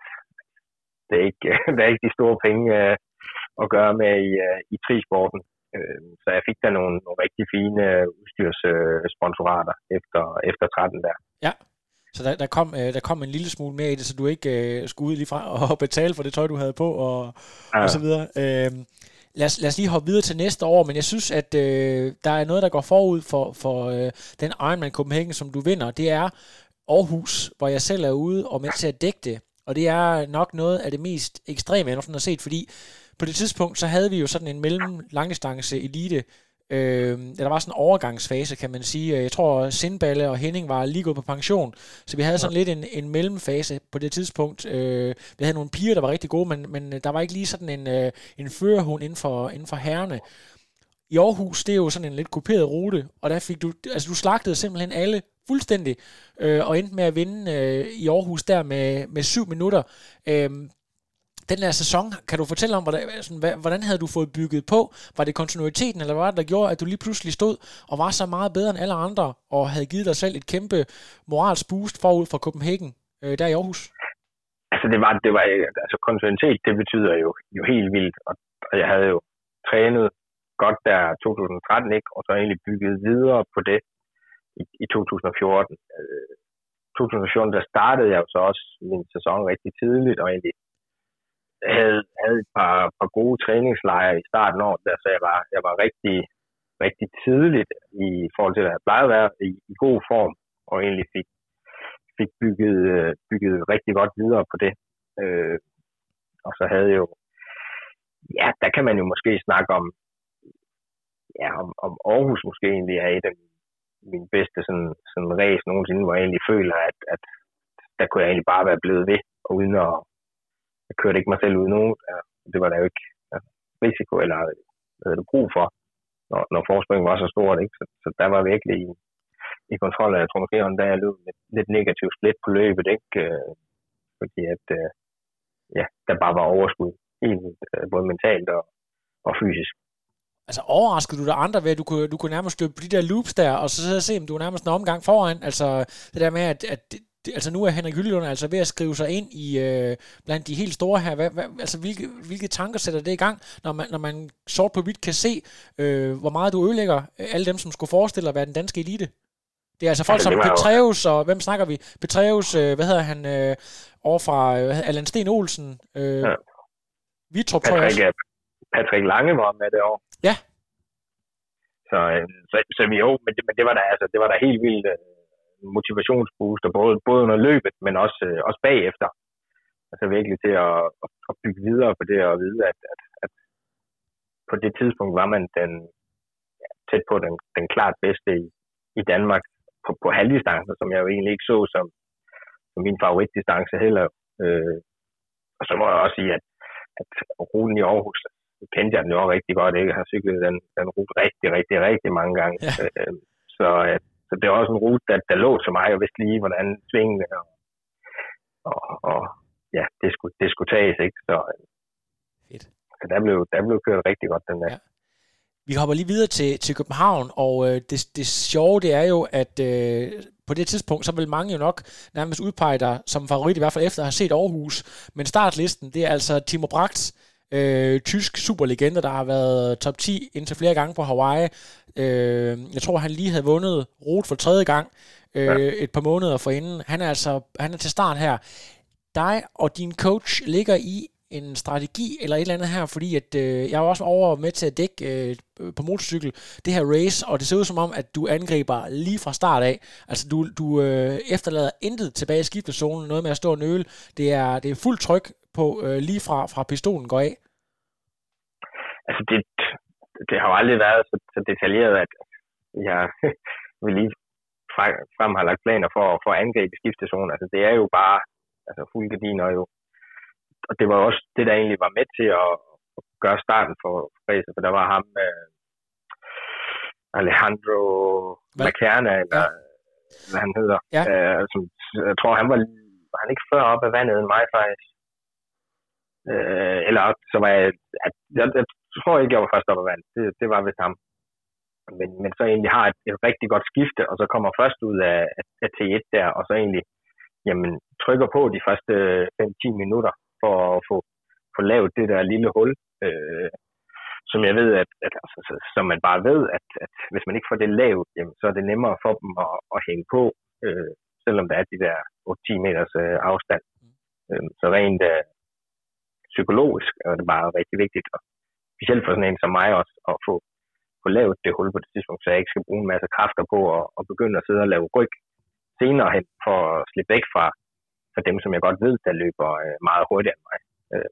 det er ikke, der er ikke de store penge uh, at gøre med i, uh, i trisporten. Så jeg fik da nogle, nogle rigtig fine udstyrssponsorater efter, efter tretten der. Ja, så der, der, kom, der kom en lille smule mere i det, så du ikke uh, skulle ud lige fra og betale for det tøj, du havde på, og, ja. og så videre. Uh, lad, os, lad os lige hoppe videre til næste år, men jeg synes, at uh, der er noget, der går forud for, for uh, den Ironman Copenhagen, som du vinder. Det er Aarhus, hvor jeg selv er ude og med til at dække det. Og det er nok noget af det mest ekstreme, jeg nogensinde har set, fordi på det tidspunkt, så havde vi jo sådan en mellem langdistance elite. Øh, der var sådan en overgangsfase, kan man sige. Jeg tror, Sindballe og Henning var lige gået på pension, så vi havde sådan lidt en, en mellemfase på det tidspunkt. Øh, vi havde nogle piger, der var rigtig gode, men, men der var ikke lige sådan en, øh, en førerhund inden for, inden for herrene. I Aarhus, det er jo sådan en lidt kuperet rute, og der fik du, altså du slagtede simpelthen alle fuldstændig, øh, og endte med at vinde øh, i Aarhus der med, med syv minutter. Øh, Den her sæson, kan du fortælle om, hvordan, hvordan havde du fået bygget på? Var det kontinuiteten, eller hvad var det, der gjorde, at du lige pludselig stod og var så meget bedre end alle andre, og havde givet dig selv et kæmpe moralsk boost forud fra Copenhagen, øh, der i Aarhus? Altså, det var, det var, altså kontinuitet, det betyder jo, jo helt vildt, og, og jeg havde jo trænet godt der to tusind og tretten, ikke? Og så egentlig bygget videre på det i, i to tusind og fjorten. Øh, to tusind og fjorten, der startede jeg jo så også min sæson rigtig tidligt, og egentlig havde, havde et par, par gode træningslejre i starten af året, der, så jeg var, jeg var rigtig, rigtig tidligt i forhold til, at jeg plejede at være i, i god form, og egentlig fik, fik bygget, bygget rigtig godt videre på det. Øh, og så havde jeg jo ja, der kan man jo måske snakke om, ja, om, om Aarhus måske egentlig er et af mine bedste sådan, sådan race nogensinde, hvor jeg egentlig føler, at, at der kunne jeg egentlig bare være blevet ved, og uden at, jeg kørte ikke mig selv ud nogen, ja, det var der jo ikke ja, risiko eller havde brug for, når, når forspringen var så stort, ikke? Så, så der var virkelig i, i kontrol, og jeg tror måske, at der er lidt, lidt negativt split på løbet, ikke? Fordi at, ja, der bare var overskud, helt, både mentalt og, og fysisk. Altså overraskede du dig andre ved, at du kunne, du kunne nærmest løbe på de der loops der, og så sidde og se, om du var nærmest en omgang foran? Altså det der med, at, at det, altså nu er Henrik Hyllelund altså ved at skrive sig ind i øh, blandt de helt store her. Hvad, hvad, altså hvilke, hvilke tanker sætter det i gang, når man, når man sort på hvidt kan se, øh, hvor meget du ødelægger alle dem, som skulle forestille at være den danske elite? Det er altså folk altså, som Petraeus, og hvem snakker vi? Petraeus, øh, hvad hedder han, øh, over fra øh, Allan Sten Olsen, øh, ja. Vitrup, tror jeg også. Patrick Lange var med det år. Ja. Så, så, så vi jo, men det, men det var da altså, det var da helt vildt uh, motivationsbooster, både, både under løbet, men også, uh, også bagefter. Altså virkelig til at, at, at bygge videre på det, og vide, at, at, at på det tidspunkt var man den, ja, tæt på den, den klart bedste i, i Danmark på, på halvdistancer, som jeg jo egentlig ikke så som, som min favoritdistance heller. Uh, og så må jeg også sige, at, at ruten i Aarhus, kendte jeg den jo rigtig godt, ikke? Jeg har cyklet den, den rute rigtig, rigtig, rigtig mange gange. Ja. Øh, så, øh, så det er også en rute, der, der lå til mig, og vidste lige, hvordan svingene og, og, og ja, det skulle, det skulle tages, ikke? Så, Fedt. så der, blev, der blev kørt rigtig godt den der. Ja. Vi hopper lige videre til, til København, og øh, det, det sjove, det er jo, at øh, på det tidspunkt, så vil mange jo nok nærmest udpege dig som favorit, i hvert fald efter at have set Aarhus. Men startlisten, det er altså Timo Brax, Øh, tysk superlegende, der har været top ti indtil flere gange på Hawaii. Øh, jeg tror, han lige havde vundet rute for tredje gang øh, ja. et par måneder forinden. Han er altså han er til start her. Dig og din coach ligger i en strategi eller et eller andet her, fordi at, øh, jeg er også over med til at dække øh, på motorcykel det her race, og det ser ud som om, at du angriber lige fra start af. Altså du, du øh, efterlader intet tilbage i skiftezonen, noget med at stå og nøle. Det er, det er fuldt tryk på øh, lige fra, fra pistolen går af. Altså det, det har jo aldrig været så, så detaljeret, at jeg vil lige frem har lagt planer for, for at angribe skiftezonen. Altså det er jo bare altså fuld gardiner jo. Og det var også det, der egentlig var med til at, at gøre starten for racet, for der var ham øh, Alejandro Macerna, eller ja. hvad han hedder. Ja. Øh, som, jeg tror, han var, var han ikke før op af vandet end mig faktisk. Øh, eller så var jeg, at, jeg, jeg tror ikke, jeg var først op af vandet. Det, det var vist ham. Men, men så egentlig har et, et rigtig godt skifte, og så kommer først ud af, af T et der, og så egentlig jamen, trykker på de første fem til ti minutter, for at få, få lavet det der lille hul, øh, som jeg ved, at, at altså, som man bare ved, at, at hvis man ikke får det lavet, jamen, så er det nemmere for dem at, at hænge på, øh, selvom der er de der otte til ti meters øh, afstand. Øh, så rent øh, psykologisk er det bare rigtig vigtigt, og specielt for sådan en som mig også, at få, få lavet det hul på det tidspunkt, så jeg ikke skal bruge en masse kræfter på at, at begynde at sidde og lave ryg senere hen, for at slippe væk fra for dem, som jeg godt ved, der løber øh, meget hurtigere end mig. Øh.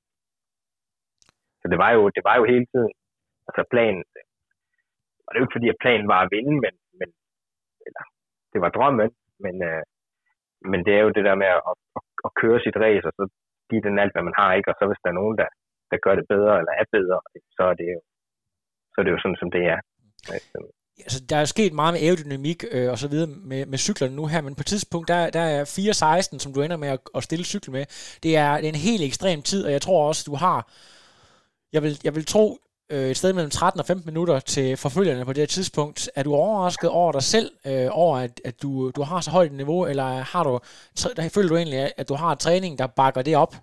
Så det var jo, det var jo hele tiden, altså planen, og det er jo ikke fordi, at planen var at vinde, men, men eller, det var drømmen, men, øh, men det er jo det der med at, at, at køre sit race, og så give den alt, hvad man har, ikke? Og så hvis der er nogen, der, der gør det bedre, eller er bedre, så er det jo, så er det jo sådan, som det er. Altså, altså, der er sket meget med aerodynamik øh, og så videre med, med cyklerne nu her, men på et tidspunkt, der, der er fire seksten, som du ender med at, at stille cykel med. Det er, det er en helt ekstrem tid, og jeg tror også, du har, jeg vil, jeg vil tro, øh, et sted mellem tretten og femten minutter til forfølgerne på det her tidspunkt. Er du overrasket over dig selv, øh, over at, at du, du har så højt et niveau, eller har du, der føler du egentlig, at du har en træning, der bakker det op?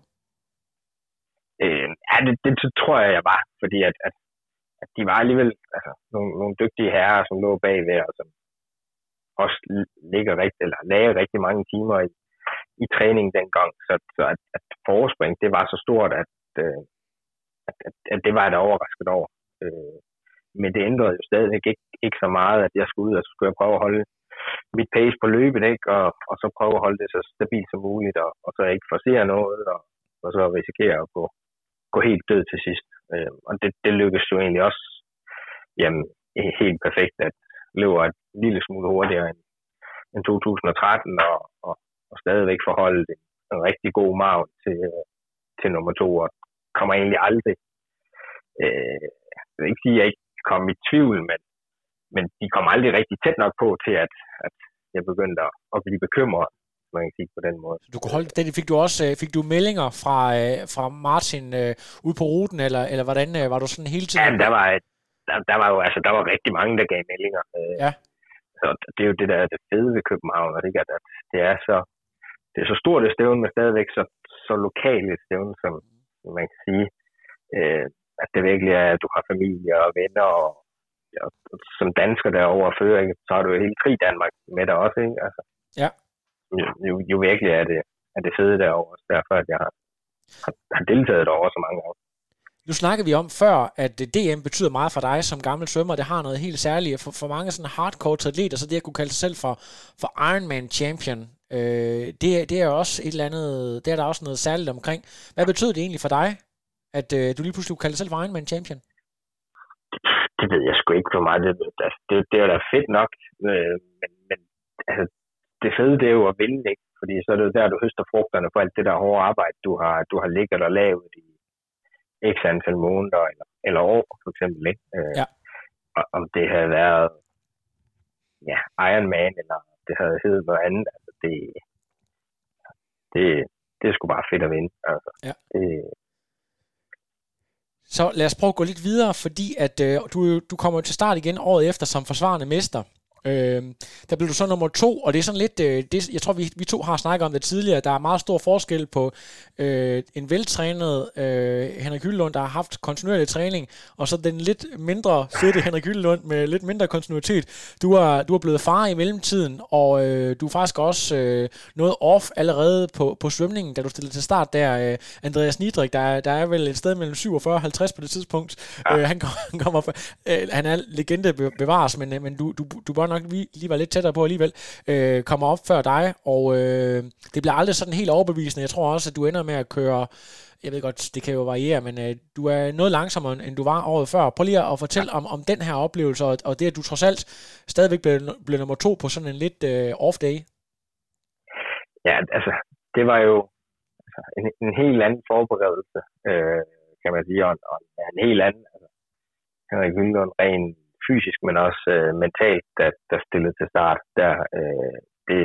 Øh, ja, det, det tror jeg, jeg var, fordi at, at at de var alligevel altså, nogle, nogle dygtige herrer, som lå bagved, og som også ligger rigtig, eller lagde rigtig mange timer i, i træning dengang, så, så at, at forspring, det var så stort, at, at, at, at det var jeg da overrasket over. Men det ændrede jo stadigvæk ikke, ikke så meget, at jeg skulle ud, og så skulle jeg prøve at holde mit pace på løbet, ikke? Og, og så prøve at holde det så stabilt som muligt, og, og så ikke forsere noget, og, og så risikere at gå, gå helt død til sidst. Øh, og det, det lykkedes jo egentlig også jamen, helt perfekt, at løber et lille smule hurtigere end, end to tusind og tretten, og, og, og stadigvæk forholde en, en rigtig god marg til, til nummer to, og kommer egentlig aldrig, øh, jeg vil ikke sige, at jeg ikke kom i tvivl, men, men de kom aldrig rigtig tæt nok på til, at, at jeg begyndte at, at blive bekymret, man kan sige på den måde. Du kunne holde det, fik du også fik du meldinger fra, fra Martin øh, ude på ruten, eller, eller hvordan øh, var du sådan hele tiden? Ja, der var, der, der var jo altså, der var rigtig mange, der gav meldinger. Øh, ja. Så det er jo det der det fede ved København, og det er, at det er så det er så stort et stævne, men stadigvæk så, så lokalt et stævne, som man kan sige, øh, at det virkelig er, at du har familie og venner, og, og, og som dansker derovre og fører, ikke? Så har du jo hele krig Danmark med dig også, ikke? Altså, ja. Jo, jo, jo virkelig er det, er det fede derovre, så derfor at jeg har, har, har deltaget derovre så mange år. Nu snakker vi om før, at D M betyder meget for dig som gammel svømmer. Det har noget helt særligt. For, for mange sådan hardcore atleter, så det at kunne kalde sig selv for, for Ironman champion, øh, det, det er også et eller andet, det er der også noget særligt omkring. Hvad betød det egentlig for dig, at øh, du lige pludselig kunne kalde dig selv for Ironman champion? Det ved jeg sgu ikke for meget. Det, det, det er da fedt nok, øh, men, men altså, det fede det er jo at vinde, ikke? Fordi så er det jo der, du høster frugterne for alt det der hårde arbejde, du har, du har ligget og lavet i x antal måneder eller, eller år, for eksempel, ikke? Øh, ja. Og om det havde været ja, Ironman, eller det havde heddet noget andet, altså det, det, det er sgu bare fedt at vinde. Altså, ja. det, Så lad os prøve at gå lidt videre, fordi at øh, du, du kommer til start igen året efter som forsvarende mester. Øh, der blev du så nummer to, og det er sådan lidt, øh, det, jeg tror vi, vi to har snakket om det tidligere, der er meget stor forskel på øh, en veltrænet øh, Henrik Hyllelund, der har haft kontinuerlig træning, og så den lidt mindre fedte Henrik Hyllelund med lidt mindre kontinuitet. Du er, du er blevet far i mellemtiden, og øh, du er faktisk også øh, noget off allerede på, på svømningen, da du stillede til start der. Øh, Andreas Niedrik, der, der er vel et sted mellem syvogfyrre og halvtreds på det tidspunkt. Ja. Øh, han, han kommer øh, han er legende bevares, men, men du, du, du bør nok lige var lidt tættere på alligevel, øh, kommer op før dig, og øh, det bliver aldrig sådan helt overbevisende. Jeg tror også, at du ender med at køre, jeg ved godt, det kan jo variere, men øh, du er noget langsommere, end du var året før. Prøv lige at fortælle om, om den her oplevelse, og, og det, at du trods alt stadigvæk blev, blev nummer to på sådan en lidt øh, off-day. Ja, altså, det var jo altså, en, en helt anden forberedelse, øh, kan man sige, og, og en helt anden, altså, Henrik Hyllelund rent fysisk, men også øh, mentalt, der, der stillede til start, der øh, det,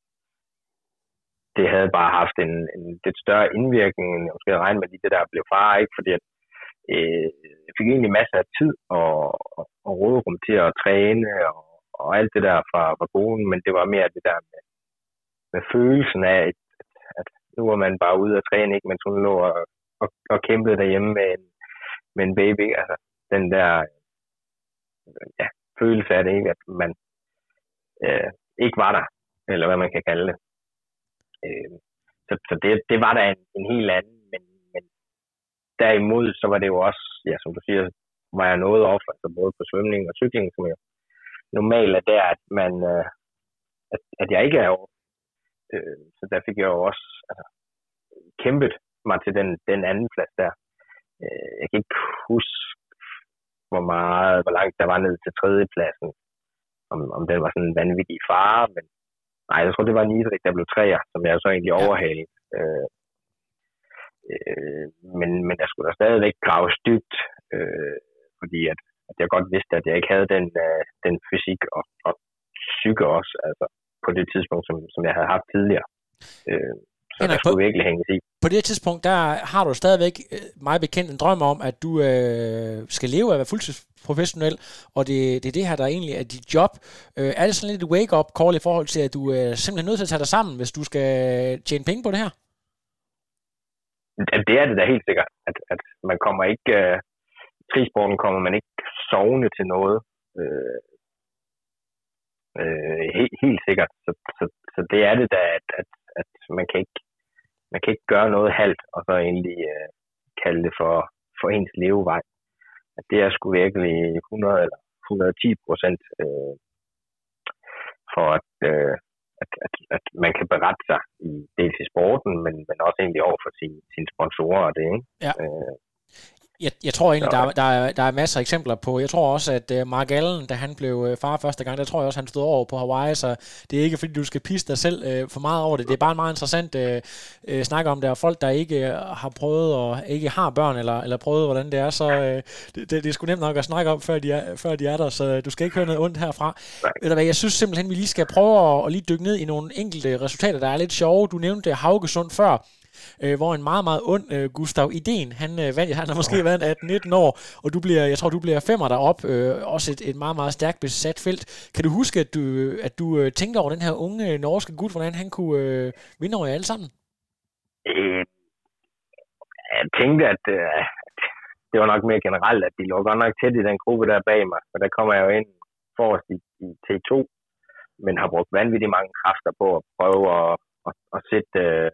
det havde bare haft en, en lidt større indvirkning, end jeg måske regne med de det der blev far, ikke? Fordi at, øh, jeg fik egentlig masser af tid og, og, og råderum til at træne og, og alt det der fra, fra konen, men det var mere det der med, med følelsen af, at, at nu var man bare ude og træne, ikke? Mens hun lå og, og, og kæmpede derhjemme med en, med en baby, altså den der ja, følelse af det, ikke? At man øh, ikke var der, eller hvad man kan kalde det. Øh, så så det, det var der en, en helt anden, men, men derimod, så var det jo også, ja, som du siger, var jeg noget off, altså både på svømning og cykling, som jo normalt er der, at man, øh, at, at jeg ikke er over. Øh, så der fik jeg jo også altså, kæmpet mig til den, den anden plads der. Øh, jeg kan ikke huske, hvor meget, hvor langt der var ned til tredjepladsen, om, om den var sådan en vanvittig fare, men nej, jeg tror, det var Niedrik, der blev treer, som jeg så egentlig overhalede. Øh, øh, men, men der skulle der stadigvæk graves dybt, øh, fordi at, at jeg godt vidste, at jeg ikke havde den, øh, den fysik og, og psyke også, altså på det tidspunkt, som, som jeg havde haft tidligere. Øh, Så Henrik, der skulle på, virkelig hænges i. På det tidspunkt, der har du stadigvæk meget bekendt en drøm om, at du øh, skal leve af at være fuldtidsprofessionel, og det, det er det her, der egentlig er dit job. Øh, er det sådan lidt et wake-up call i forhold til, at du er simpelthen nødt til at tage dig sammen, hvis du skal tjene penge på det her? Det er det da helt sikkert, at, at man kommer ikke, uh, trisporten kommer man ikke sovende til noget. Øh, øh, helt, helt sikkert. Så, så, så det er det da, at, at, at man kan ikke man kan ikke gøre noget halvt, og så egentlig øh, kalde det for, for ens levevej. At det er sgu virkelig hundrede eller et hundrede og ti procent øh, for at, øh, at, at, at man kan berette sig i dels i sporten, men, men også egentlig over for sine, sine sponsorer og det, ikke? Ja. Øh. Jeg, jeg tror egentlig, der er, der, er, der er masser af eksempler på. Jeg tror også, at uh, Mark Allen, da han blev uh, far første gang, der tror jeg også, han stod over på Hawaii, så det er ikke fordi, du skal pisse dig selv uh, for meget over det. Det er bare en meget interessant uh, uh, snak om, der er folk, der ikke uh, har prøvet og ikke har børn, eller, eller prøvet, hvordan det er, så uh, det, det, det er sgu nemt nok at snakke om, før de er, før de er der, så du skal ikke høre noget ondt herfra. Ved du hvad, jeg synes simpelthen, vi lige skal prøve at, at lige dykke ned i nogle enkelte resultater, der er lidt sjove. Du nævnte Haugesund før, Øh, hvor en meget, meget ond øh, Gustav Idén, han øh, vandt, han har måske været atten nitten år, og du bliver, jeg tror, du bliver femmer derop, øh, også et, et meget, meget stærkt besat felt. Kan du huske, at du, at du øh, tænkte over den her unge øh, norske gut, hvordan han kunne øh, vinde over jer alle sammen? Øh, jeg tænkte, at øh, det var nok mere generelt, at de lå godt nok tæt i den gruppe der bag mig, og der kommer jeg jo ind forrest i, i T to, men har brugt vanvittigt mange kræfter på at prøve at, at, at sætte øh,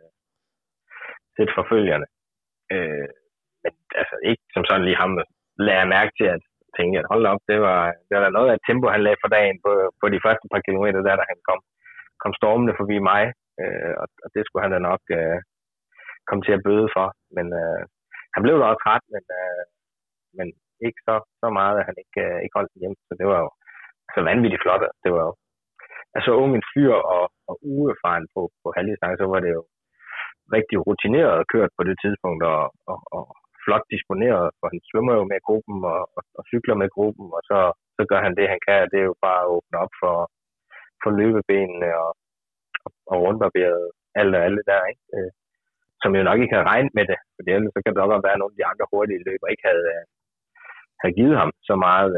lidt forfølgerne. Øh, men altså ikke som sådan lige ham lagde jeg mærke til at tænke, at hold op, det var, det var noget af et tempo, han lagde for dagen på, på de første par kilometer, der, da han kom, kom stormende forbi mig, øh, og, og det skulle han da nok øh, komme til at bøde for. Men øh, han blev da også træt, men, øh, men ikke så, så meget, at han ikke, øh, ikke holdt den hjem. Så det var jo så vanvittigt flot. Det var jo altså ung en fyr og, og uerfaren på, på halvdistance, så var det jo rigtig rutineret kørt på det tidspunkt, og, og, og flot disponeret, for han svømmer jo med gruppen, og, og, og cykler med gruppen, og så, så gør han det, han kan, det er jo bare at åbne op for, for løbebenene, og, og, og rundbarberet alt og alle der, ikke? Øh, som jo nok ikke havde regnet med det, for ellers så kan det nok være, at nogle af de andre hurtige løber ikke havde, havde givet ham så meget,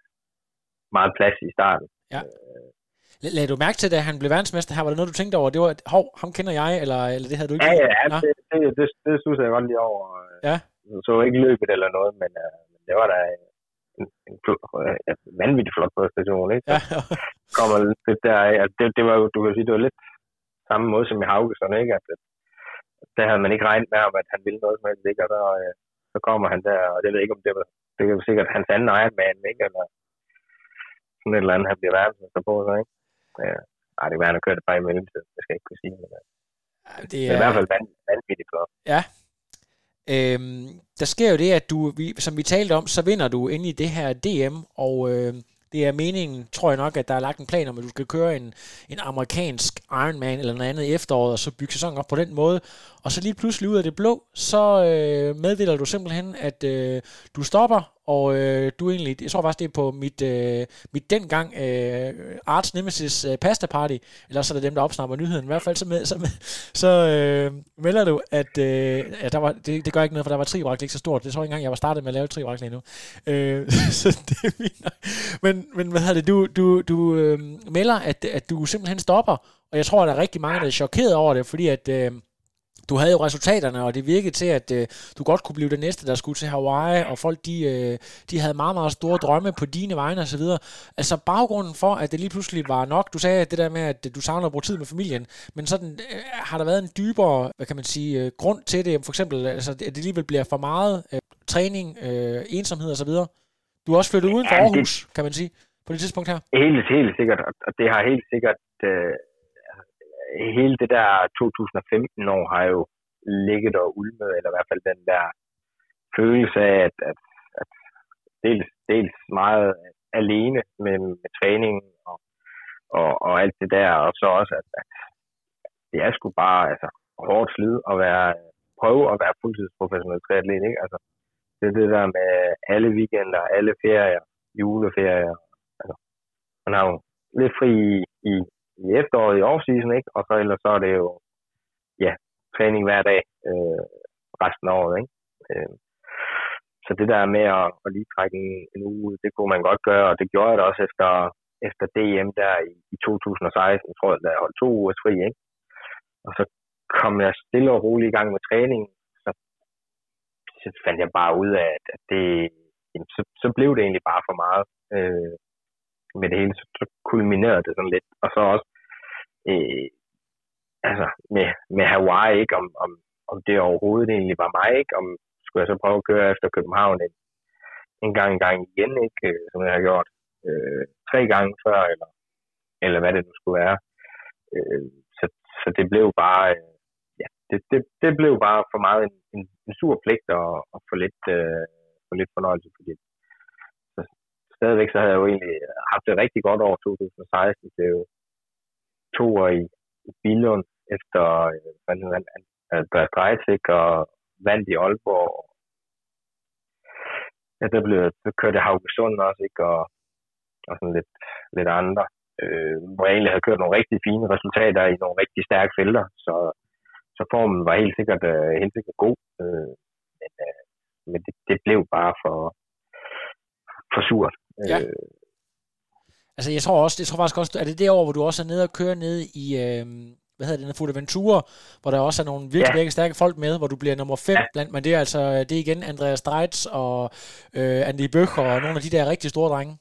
meget plads i starten. Ja. Lagde du mærke til, da han blev verdensmester her? Var det noget, du tænkte over? Det var, hov, ham kender jeg, eller, eller det havde du ikke? Ja, ja, ja det, det, det, det synes jeg godt lige over. Ja. Så ikke løbet eller noget, men uh, det var da en, en, en, en vanvittig flot præstation, ikke? Ja. Kommer det der, altså det, det var jo, du kan sige, det var lidt samme måde som i Haugesund, ikke? At, der havde man ikke regnet med om, at han ville noget som helst, ikke? Og så, uh, så kommer han der, og det ved jeg ikke, om det var, det er jo sikkert hans anden Ironman, ikke? Eller sådan et eller andet, han bliver verdensmester på, så, ikke? Ja. Ej, det kan være, han har kørt det bare i mellemtiden. Det skal jeg ikke kunne sige. Men, ja, det, er... det er i hvert fald vanvittigt flot. Ja. Øhm, der sker jo det, at du, vi, som vi talte om, så vinder du inde i det her D M, og øh, det er meningen, tror jeg nok, at der er lagt en plan om, at du skal køre en, en amerikansk Ironman eller noget andet i efteråret, og så bygge sæsonen op på den måde. Og så lige pludselig ud af det blå, så øh, meddeler du simpelthen, at øh, du stopper, og øh, du egentlig, jeg tror faktisk, det er på mit, øh, mit dengang øh, Arts Nemesis øh, Pasta Party, eller så er det dem, der opsnapper nyheden. I hvert fald så, med, så, med, så øh, melder du, at øh, ja, der var, det, det gør ikke noget, for der var tribrækkel ikke så stort. Det tror jeg ikke engang, jeg var startet med at lave tribrækkel endnu. Øh, så det er fint. Men, men hvad hedder det, du, du, du øh, melder, at, at du simpelthen stopper, og jeg tror, at der er rigtig mange, der er chokeret over det, fordi at øh, du havde jo resultaterne, og det virkede til, at øh, du godt kunne blive det næste, der skulle til Hawaii, og folk, de, øh, de havde meget, meget store drømme på dine vegne og så videre. Altså baggrunden for, at det lige pludselig var nok, du sagde det der med, at du savner at bruge tid med familien, men sådan øh, har der været en dybere, hvad kan man sige, øh, grund til det, for eksempel, altså, at det alligevel bliver for meget øh, træning, øh, ensomhed og så videre. Du er også flyttet uden for ja, Aarhus, det, kan man sige, på det tidspunkt her. Helt, helt sikkert, og det har helt sikkert... Øh hele det der to tusind og femten år har jo ligget og ulmet, eller i hvert fald den der følelse af, at, at, at dels, dels meget alene med, med træning og, og, og alt det der, og så også, at, at det er sgu bare altså, hårdt slid at være, prøve at være fuldtidsprofessionel triatlet, ikke? Altså, det er det der med alle weekender, alle ferier, juleferier, altså, man har jo lidt fri i, i i efteråret i off-season, ikke? Og så ellers så er det jo, ja, træning hver dag øh, resten af året, ikke? Øh, så det der med at, at lige trække en, en uge, det kunne man godt gøre, og det gjorde jeg da også efter, efter D M der i, i to tusind og seksten, tror jeg, da jeg holdt to ugers fri, ikke? Og så kom jeg stille og roligt i gang med træning, så, så fandt jeg bare ud af, at det, jamen, så, så blev det egentlig bare for meget. Øh, med det hele, så, så kulminerede det sådan lidt. Og så også øh, altså med, med Hawaii, ikke? Om, om, om det overhovedet egentlig var mig, ikke? Om skulle jeg så prøve at køre efter København en, en gang en gang igen, ikke? Som jeg har gjort øh, tre gange før, eller, eller hvad det nu skulle være. Øh, så, så det blev bare øh, ja, det, det, det blev bare for meget en, en, en sur pligt at, at få lidt øh, få lidt fornøjelse, fordi så, stadigvæk så havde jeg jo egentlig haft det rigtig godt over to tusind og seksten. Det er jo to år i, i Billund efter Andreas Dreisig og vandt i Aalborg. Ja, der blev så kørte jeg Haugesund også, ikke? Og, og sådan lidt, lidt andre. Øh, hvor jeg egentlig havde kørt nogle rigtig fine resultater i nogle rigtig stærke felter. Så, så formen var helt sikkert, uh, helt sikkert god. Øh, men uh, men det, det blev bare for, for surt. Ja. Øh, altså jeg tror også, jeg tror faktisk også, er det det år, hvor du også er nede og kører nede i, øh, hvad hedder det, den Fuerteventura, hvor der også er nogle virkelig, ja. virkelig stærke folk med, hvor du bliver nummer fem ja. blandt, men det er altså, det er igen Andreas Dreitz og øh, Andy Bøcher og nogle af de der rigtig store drenge.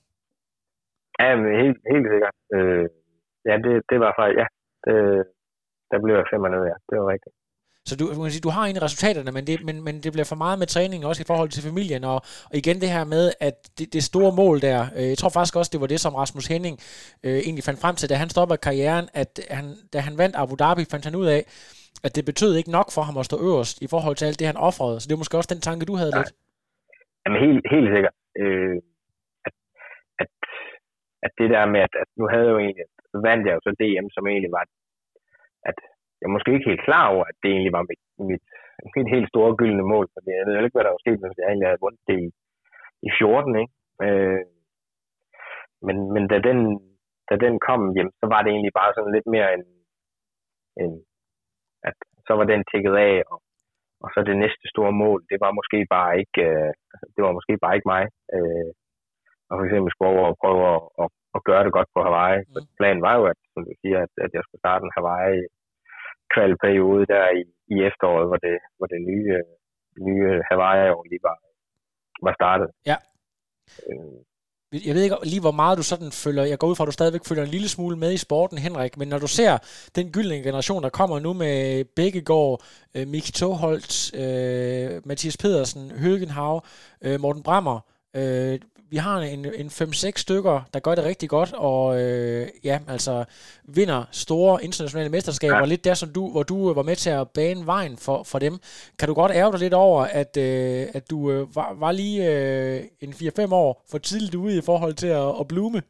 Ja, men helt, helt sikkert. Øh, ja, det, det var faktisk, ja, det, der blev jeg femmer ned, ja, det var rigtigt. Så du, du kan sige, du har egentlig resultaterne, men det, men, men det bliver for meget med træning også i forhold til familien, og, og igen det her med, at det, det store mål der, øh, jeg tror faktisk også, det var det, som Rasmus Henning øh, egentlig fandt frem til, da han stoppede karrieren, at han, da han vandt Abu Dhabi, fandt han ud af, at det betød ikke nok for ham at stå øverst i forhold til alt det, han offrede. Så det var måske også den tanke, du havde Nej. lidt. Jamen helt, helt sikkert. Øh, at, at, at det der med, at, at nu havde jeg jo egentlig, så vandt jeg jo så D M, som egentlig var, at jeg er måske ikke helt klar over, at det egentlig var mit, mit, mit helt store gyldne mål, for jeg ved ikke, hvad der var sket, hvis jeg egentlig havde vundet det i, i fjorten, ikke? Øh, men, men da den, da den kom hjem, så var det egentlig bare sådan lidt mere en, en at så var den tækket af, og, og så det næste store mål, det var måske bare ikke, øh, det var måske bare ikke mig. Øh, og for eksempel skulle over og prøve at, at, at gøre det godt på Hawaii. Mm. Planen var jo, at, som du siger, at, at jeg skulle starte en Hawaii kvalperiode der i, i efteråret, hvor det, hvor det nye, nye Hawaii-år lige var, var startet. Ja. Øh. Jeg ved ikke lige, hvor meget du sådan følger, jeg går ud fra, at du stadigvæk følger en lille smule med i sporten, Henrik, men når du ser den gyldne generation, der kommer nu med Bækkegaard, øh, Miki Togholt, øh, Mathias Pedersen, Høgenhav, øh, Morten Brammer, øh, vi har en, en fem seks stykker, der gør det rigtig godt, og øh, ja, altså vinder store internationale mesterskaber, ja. lidt der, som du, hvor du var med til at bane vejen for, for dem. Kan du godt ærge dig lidt over, at, øh, at du øh, var, var lige øh, en fire fem år for tidligt ude i forhold til at, at blume?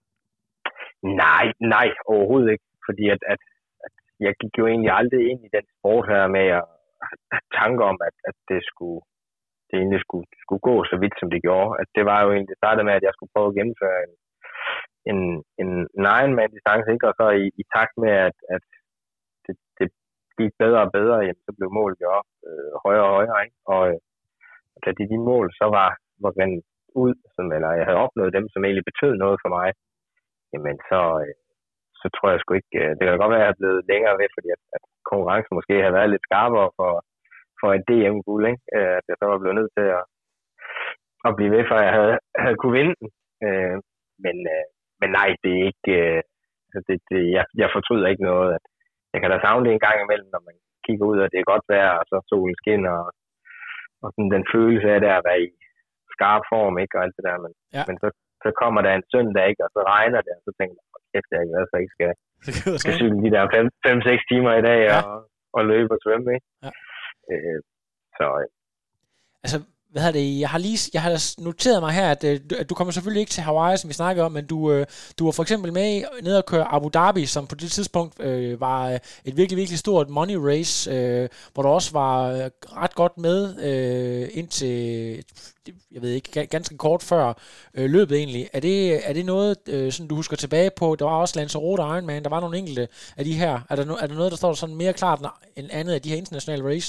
Nej, nej, overhovedet ikke. Fordi at, at, at jeg gik jo egentlig aldrig ind i den sport her med at, at tanke om, at, at det skulle det egentlig skulle, skulle gå så vidt, som det gjorde. At det var jo egentlig, det startede med, at jeg skulle prøve at gennemføre en, en, en, en Ironman-distance, ikke? Og så i, i takt med, at, at det, det gik bedre og bedre, jamen, så blev målet jo op øh, højere og højere, ikke? Og øh, da de, de mål så var, var rendt ud, som, eller jeg havde opnået dem, som egentlig betød noget for mig, jamen så, øh, så tror jeg sgu ikke, øh, det kan da godt være, at jeg er blevet længere ved, fordi at, at konkurrencen måske havde været lidt skarpere for for et D M-guld, ikke? At jeg så var blevet nødt til at, at blive ved, for jeg havde, havde kunne vinde den. Øh, men, øh, men nej, det er ikke, øh, det, det, jeg, jeg fortryder ikke noget. At jeg kan da savne det en gang imellem, når man kigger ud, og det er godt vejr, og så solen skinner, og, og sådan den følelse af det at være i skarp form, ikke? Og alt det der. Men, ja. men så, så kommer der en søndag, ikke? Og så regner det, og så tænker jeg, kæft, jeg ikke, så ikke skal, skal cykle de der fem seks timer i dag, ja. og, og løbe og svømme, ikke? Ja. Øh, så altså, hvad hedder det, jeg har lige, jeg har noteret mig her, at, at du kommer selvfølgelig ikke til Hawaii, som vi snakkede om, men du, du var for eksempel med ned og køre Abu Dhabi, som på det tidspunkt øh, var et virkelig, virkelig stort money race, øh, hvor du også var ret godt med øh, indtil, jeg ved ikke, ganske kort før øh, løbet egentlig. Er det, er det noget, øh, sådan du husker tilbage på? Der var også Lanzarote og Ironman, der var nogle enkelte af de her. Er der, no, er der noget, der står sådan mere klart end andet af de her internationale race?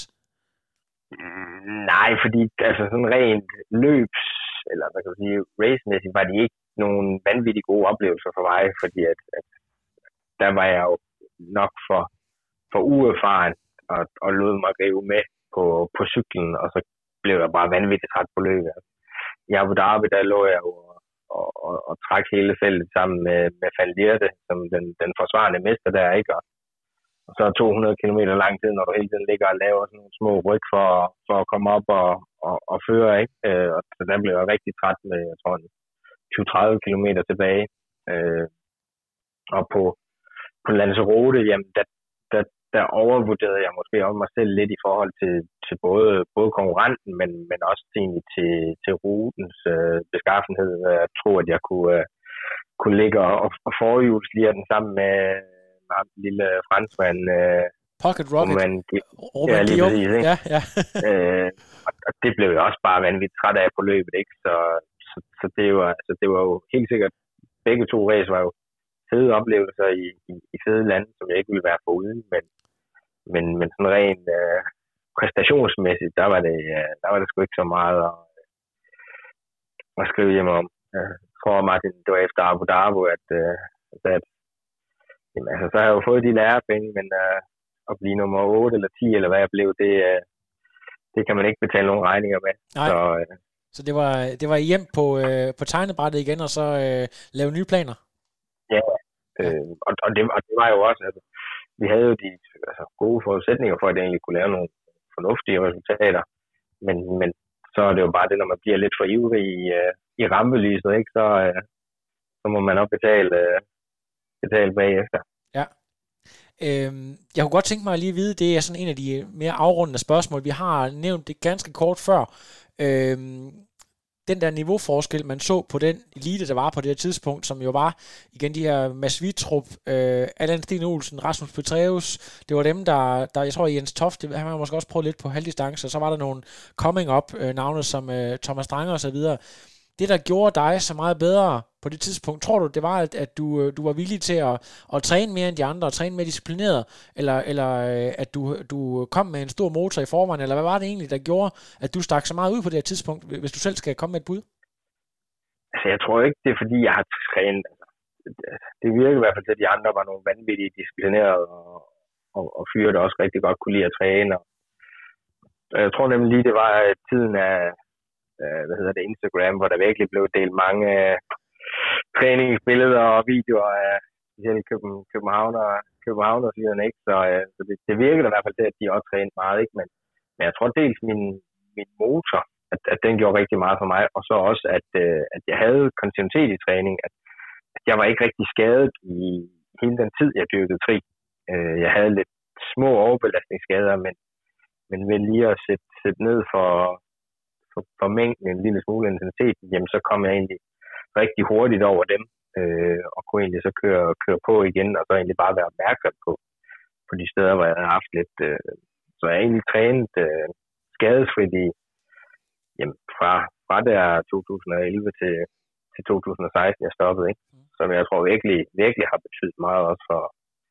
Nej, fordi altså sådan rent løbs, eller hvad kan man sige, racemæssigt, var de ikke nogen vanvittigt gode oplevelser for mig, fordi at, at der var jeg jo nok for, for uerfaren og, og lod mig rive med på, på cyklen, og så blev jeg bare vanvittigt træt på løbet. I Abu Dhabi, der lå jeg jo og, og, og, og trak hele feltet sammen med, med Van Lierde, som den, den forsvarende mester der, ikke? Og, Og så er to hundrede kilometer lang tid, når du hele tiden ligger og laver sådan nogle små ryg for, for at komme op og, og, og føre, ikke? Øh, og så der blev jeg rigtig træt med, jeg tror, tyve til tredive kilometer tilbage. Øh, og på, på Lanzarote, jamen, der, der, der overvurderede jeg måske også mig selv lidt i forhold til, til både, både konkurrenten, men, men også egentlig til, til rutens øh, beskaffenhed. Jeg tror, at jeg kunne, øh, kunne ligge og, og forhjulslige den sammen med, med ham, lille franskmand. Øh, Pocket Rocket. Man, ja, lige præcis, ikke? Ja, ja. øh, og, og det blev jeg også bare vanvittigt træt af på løbet, ikke? Så, så, så det, var, altså, det var jo helt sikkert, begge to race var jo fede oplevelser i, i, i fede lande, som jeg ikke ville være foruden, men, men, men sådan rent øh, præstationsmæssigt, der var, det, øh, der var det sgu ikke så meget at, at skrive hjem om. Jeg tror, Martin, det var efter Abu Dhabi, at, øh, at jamen, altså, så har jeg jo fået de lærepenge, men øh, at blive nummer otte eller ti, eller hvad jeg blev, det, øh, det kan man ikke betale nogen regninger med. Nej. Så, øh, så det var, det var hjem på, øh, på tegnebrættet igen, og så øh, lave nye planer? Ja, øh, og, og, det, og det var jo også, altså, vi havde jo de altså, gode forudsætninger for, at det egentlig kunne lave nogle fornuftige resultater, men, men så er det jo bare det, når man bliver lidt for ivrig i, øh, i rampelyset, ikke? Så, øh, så må man også betale, øh, betale bagefter. Ja. Øhm, jeg kunne godt tænke mig at lige vide, det er sådan en af de mere afrundende spørgsmål. Vi har nævnt det ganske kort før. Øhm, den der niveauforskel, man så på den elite, der var på det her tidspunkt, som jo var, igen, de her Mads Wittrup, øh, Allan Steen Olsen, Rasmus Petræus, det var dem, der, der jeg tror, Jens Toft, det, han har måske også prøvet lidt på halvdistance, og så var der nogle coming-up-navne øh, som øh, Thomas Strange og så videre. Det, der gjorde dig så meget bedre på det tidspunkt, tror du, det var, at, at du, du var villig til at, at træne mere end de andre, og træne mere disciplineret, eller, eller at du, du kom med en stor motor i forvejen, eller hvad var det egentlig, der gjorde, at du stak så meget ud på det her tidspunkt, hvis du selv skal komme med et bud? Altså, jeg tror ikke, det er fordi, jeg har trænet. Det virker i hvert fald til, at de andre var nogle vanvittigt disciplinerede, og, og, og fyre, der også rigtig godt kunne lide at træne. Og jeg tror nemlig lige, det var tiden af hvad hedder det, Instagram, hvor der virkelig blev delt mange uh, træningsbilleder og videoer af specielt København, København og København og sådan, ikke? Så, uh, så det, det virkede i hvert fald til, at de også trænede meget, ikke? Men, men jeg tror dels min, min motor, at, at den gjorde rigtig meget for mig, og så også, at, uh, at jeg havde kontinuitet i træning, at, at jeg var ikke rigtig skadet i hele den tid, jeg dyrkede tri. Uh, jeg havde lidt små overbelastningsskader, men, men ved lige at sætte, sætte ned for For, for mængden en lille smule intensitet, jamen så kom jeg egentlig rigtig hurtigt over dem, øh, og kunne egentlig så køre, køre på igen, og så egentlig bare være opmærksom på, på de steder, hvor jeg havde haft lidt. Øh, så jeg har egentlig trænet øh, skadesfrit i, jamen fra, fra der to tusind og elleve til, til to tusind og seksten, jeg stoppede, ikke? Som jeg tror virkelig, virkelig har betydet meget også for,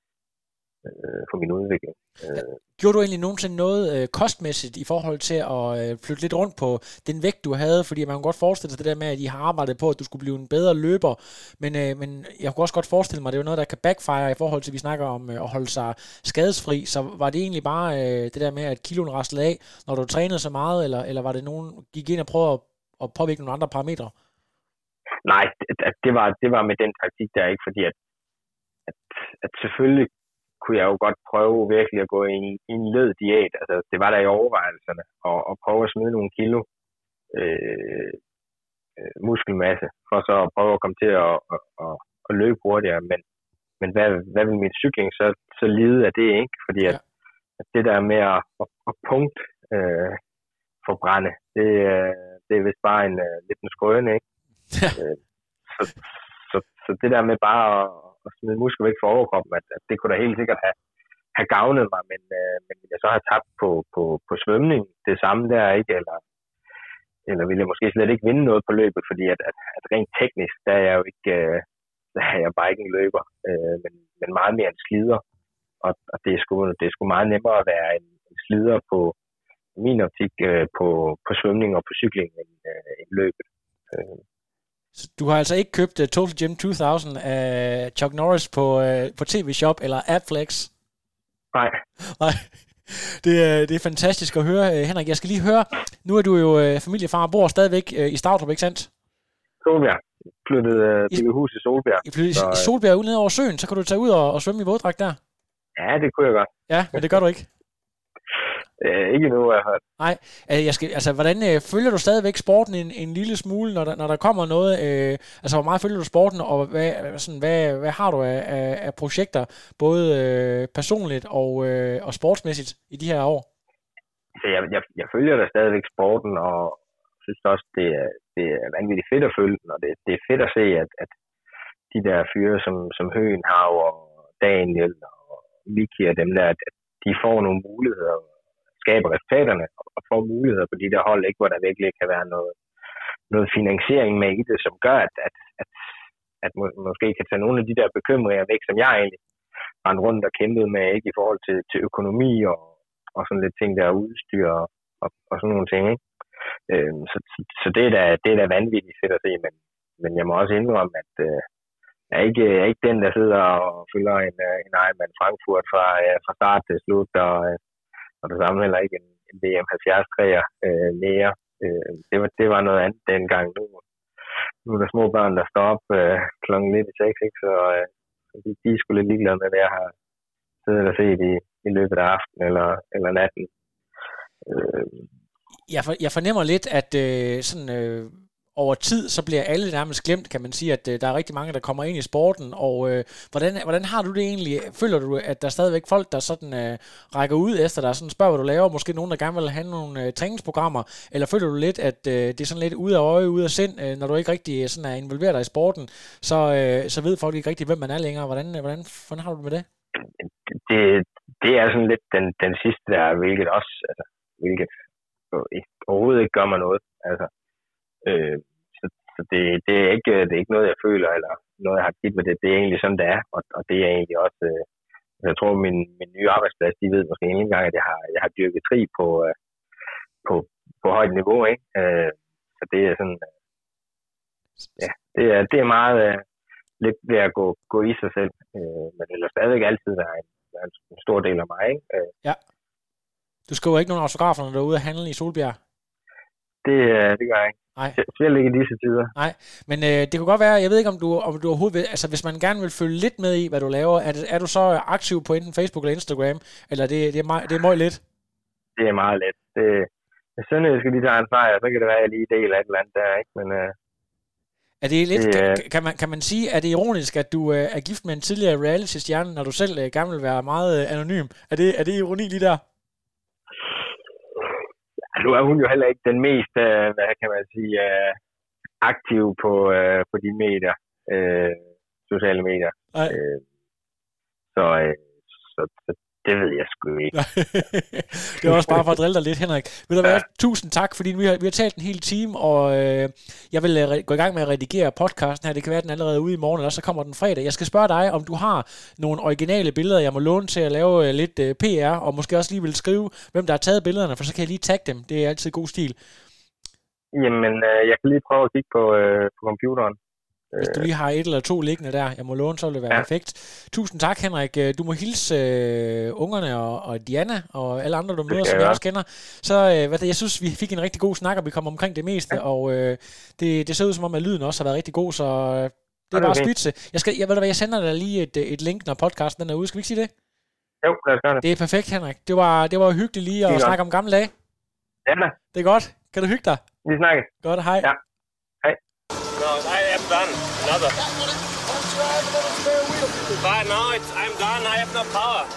øh, for min udvikling. Øh, Gjorde du egentlig nogensinde noget øh, kostmæssigt i forhold til at øh, flytte lidt rundt på den vægt, du havde? Fordi man kan godt forestille sig det der med, at I har arbejdet på, at du skulle blive en bedre løber. Men, øh, men jeg kunne også godt forestille mig, at det er jo noget, der kan backfire i forhold til, at vi snakker om øh, at holde sig skadesfri. Så var det egentlig bare øh, det der med, at kiloen raslede af, når du trænede så meget? Eller, eller var det nogen, gik ind og prøvede at, at påvirke nogle andre parametre? Nej, det, det, var, det var med den taktik der, ikke? Fordi at, at, at selvfølgelig kunne jeg jo godt prøve virkelig at gå i en, i en led diæt. Altså, det var der i overvejelserne, og, og prøve at smide nogle kilo øh, øh, muskelmasse, for så at prøve at komme til at, at, at, at løbe hurtigere. Men, men hvad, hvad vil min cykling så, så lide af det, ikke? Fordi at, ja. at det der med at, at, at punkt øh, forbrænde, det, det er vist bare en uh, lidt en skrøne, ikke? Ja. Øh, så, så, så det der med bare at og smide muskel væk for overkroppen, at, at det kunne da helt sikkert have, have gavnet mig, men, øh, men jeg så har tabt på, på, på svømning, det samme der, ikke? Eller, eller ville jeg måske slet ikke vinde noget på løbet, fordi at, at, at rent teknisk, der er jeg jo ikke, øh, der er jeg bare ikke en løber, øh, men, men meget mere en slider, og, og det, er sgu, det er sgu meget nemmere at være en, en slider på min optik øh, på, på svømning og på cykling end, øh, end løbet. Øh. Du har altså ikke købt uh, Total Gym to tusind af Chuck Norris på, uh, på T V-shop eller Appflex? Nej. Nej. Det, uh, det er fantastisk at høre, uh, Henrik. Jeg skal lige høre, nu er du jo uh, familiefar og bor stadigvæk uh, i Staudrup, ikke sandt? Solbjerg. Flyttet uh, hus i Solbjerg. I flyttet i Solbjerg ude ned over søen, så kan du tage ud og, og svømme i våddragt der? Ja, det kunne jeg godt. Ja, men det gør du ikke? Øh, ikke nu i hvert fald. Nej, jeg skal, altså hvordan øh, følger du stadigvæk sporten en, en lille smule, når der, når der kommer noget? Øh, altså hvor meget følger du sporten, og hvad, sådan, hvad, hvad har du af, af, af projekter, både øh, personligt og, øh, og sportsmæssigt i de her år? Så jeg, jeg, jeg følger da stadigvæk sporten, og synes også, det er, det er vanvittigt fedt at følge den, og det, det er fedt at se, at, at de der fyre som, som Høgenhav og Daniel og Vicky og dem der, at de får nogle muligheder, skaber resultaterne og får muligheder på de der hold, ikke, hvor der virkelig kan være noget, noget finansiering med i det, som gør, at, at, at, at må, måske kan tage nogle af de der bekymringer væk, som jeg egentlig rendte rundt og kæmpede med, ikke, i forhold til, til økonomi og, og sådan lidt ting, der er udstyr og, og, og sådan nogle ting. Ikke? Øhm, så, så, så det er da, det er da vanvittigt fedt at se, men, men jeg må også indrømme, at øh, jeg, er ikke, jeg er ikke den, der sidder og fylder en, en Ironman Frankfurt fra, fra start til slut, og, og der samme heller ikke en, en V M halvfjerds treer øh, mere. Øh, det, var, det var noget andet dengang. Nu, nu er der små børn, der står op øh, klokken lidt i seks, ikke? Så øh, de, de er sgu lidt ligeglade med, hvad jeg har siddet og set i, i løbet af aftenen eller, eller natten. Øh, Jeg, for, jeg fornemmer lidt, at øh, sådan, øh, over tid, så bliver alle nærmest glemt, kan man sige, at øh, der er rigtig mange, der kommer ind i sporten, og øh, hvordan, hvordan har du det egentlig? Føler du, at der er stadigvæk folk, der sådan øh, rækker ud efter dig, sådan spørger, hvad du laver, måske nogen, der gerne vil have nogle øh, træningsprogrammer, eller føler du lidt, at øh, det er sådan lidt ude af øje, ude af sind, øh, når du ikke rigtig sådan er involveret dig i sporten, så, øh, så ved folk ikke rigtig, hvem man er længere. Hvordan, øh, hvordan, hvordan har du det med det? Det, det er sådan lidt den, den sidste der, hvilket også, altså, hvilket overhovedet ikke gør mig noget. Altså, øh, så så det, det, er ikke, det er ikke noget, jeg føler, eller noget, jeg har givet med det. Det er egentlig sådan, det er, og, og det er egentlig også, øh, jeg tror, min, min nye arbejdsplads, de ved måske en gang, at jeg har, jeg har dyrket tri på, øh, på, på højt niveau, ikke? Øh, så det er sådan, øh, ja, det er, det er meget øh, lidt ved at gå, gå i sig selv, øh, men det vil stadigvæk altid være en, være en stor del af mig, ikke? Øh, ja. Du skriver ikke nogen autografer, når du er ude at handle i Solbjerg? Det, det gør jeg ikke. Nej. Selv ikke i disse tider. Nej, men øh, det kunne godt være, jeg ved ikke, om du, om du overhovedet vil, altså hvis man gerne vil følge lidt med i, hvad du laver, er, det, er du så aktiv på enten Facebook eller Instagram, eller det, det er meget, det er meget lidt? Det er meget let. Det, hvis Sønderjyske lige tager en fejr, så kan det være, at jeg lige deler et eller andet der, ikke? Men, øh, er det lidt, det, kan, kan, man, kan man sige, er det ironisk, at du øh, er gift med en tidligere reality-stjerne, når du selv øh, gerne vil være meget øh, anonym? Er det, er det ironi lige der? Nu er hun jo heller ikke den mest, øh, hvad kan man sige, øh, aktiv på, øh, på de medier, øh, sociale medier. Øh, så, øh, så, så det ved jeg sgu ikke. Det er også bare for at drille dig lidt, Henrik. Ved du hvad, ja. Tusind tak, fordi vi har, vi har talt en hel time, og øh, jeg vil øh, gå i gang med at redigere podcasten her. Det kan være, at den allerede ude i morgen, eller så kommer den fredag. Jeg skal spørge dig, om du har nogle originale billeder, jeg må låne til at lave øh, lidt øh, P R, og måske også lige vil skrive, hvem der har taget billederne, for så kan jeg lige tagge dem. Det er altid god stil. Jamen, øh, jeg kan lige prøve at kigge på, øh, på computeren. Hvis du lige har et eller to liggende der, jeg må låne, så vil det være ja. Perfekt. Tusind tak, Henrik. Du må hilse øh, ungerne og, og Diana og alle andre, du møder, som jeg også kender. Så øh, hvad det, jeg synes, vi fik en rigtig god snak, og vi kom omkring det meste, ja. og øh, det, det ser ud som om, at lyden også har været rigtig god, så øh, det er bare okay. Spidse. Jeg, skal, jeg, ved hvad, jeg sender dig lige et, et link, når podcasten den er ude. Skal vi ikke sige det? Jo, lad os gøre det. Det er perfekt, Henrik. Det var, det var hyggeligt lige at snakke om gamle dage. Ja, det er godt. Kan du hygge dig? Vi snakker. Godt, hej. Ja. Hej. No, I am done. Another. But now it's, I'm done. I have no power.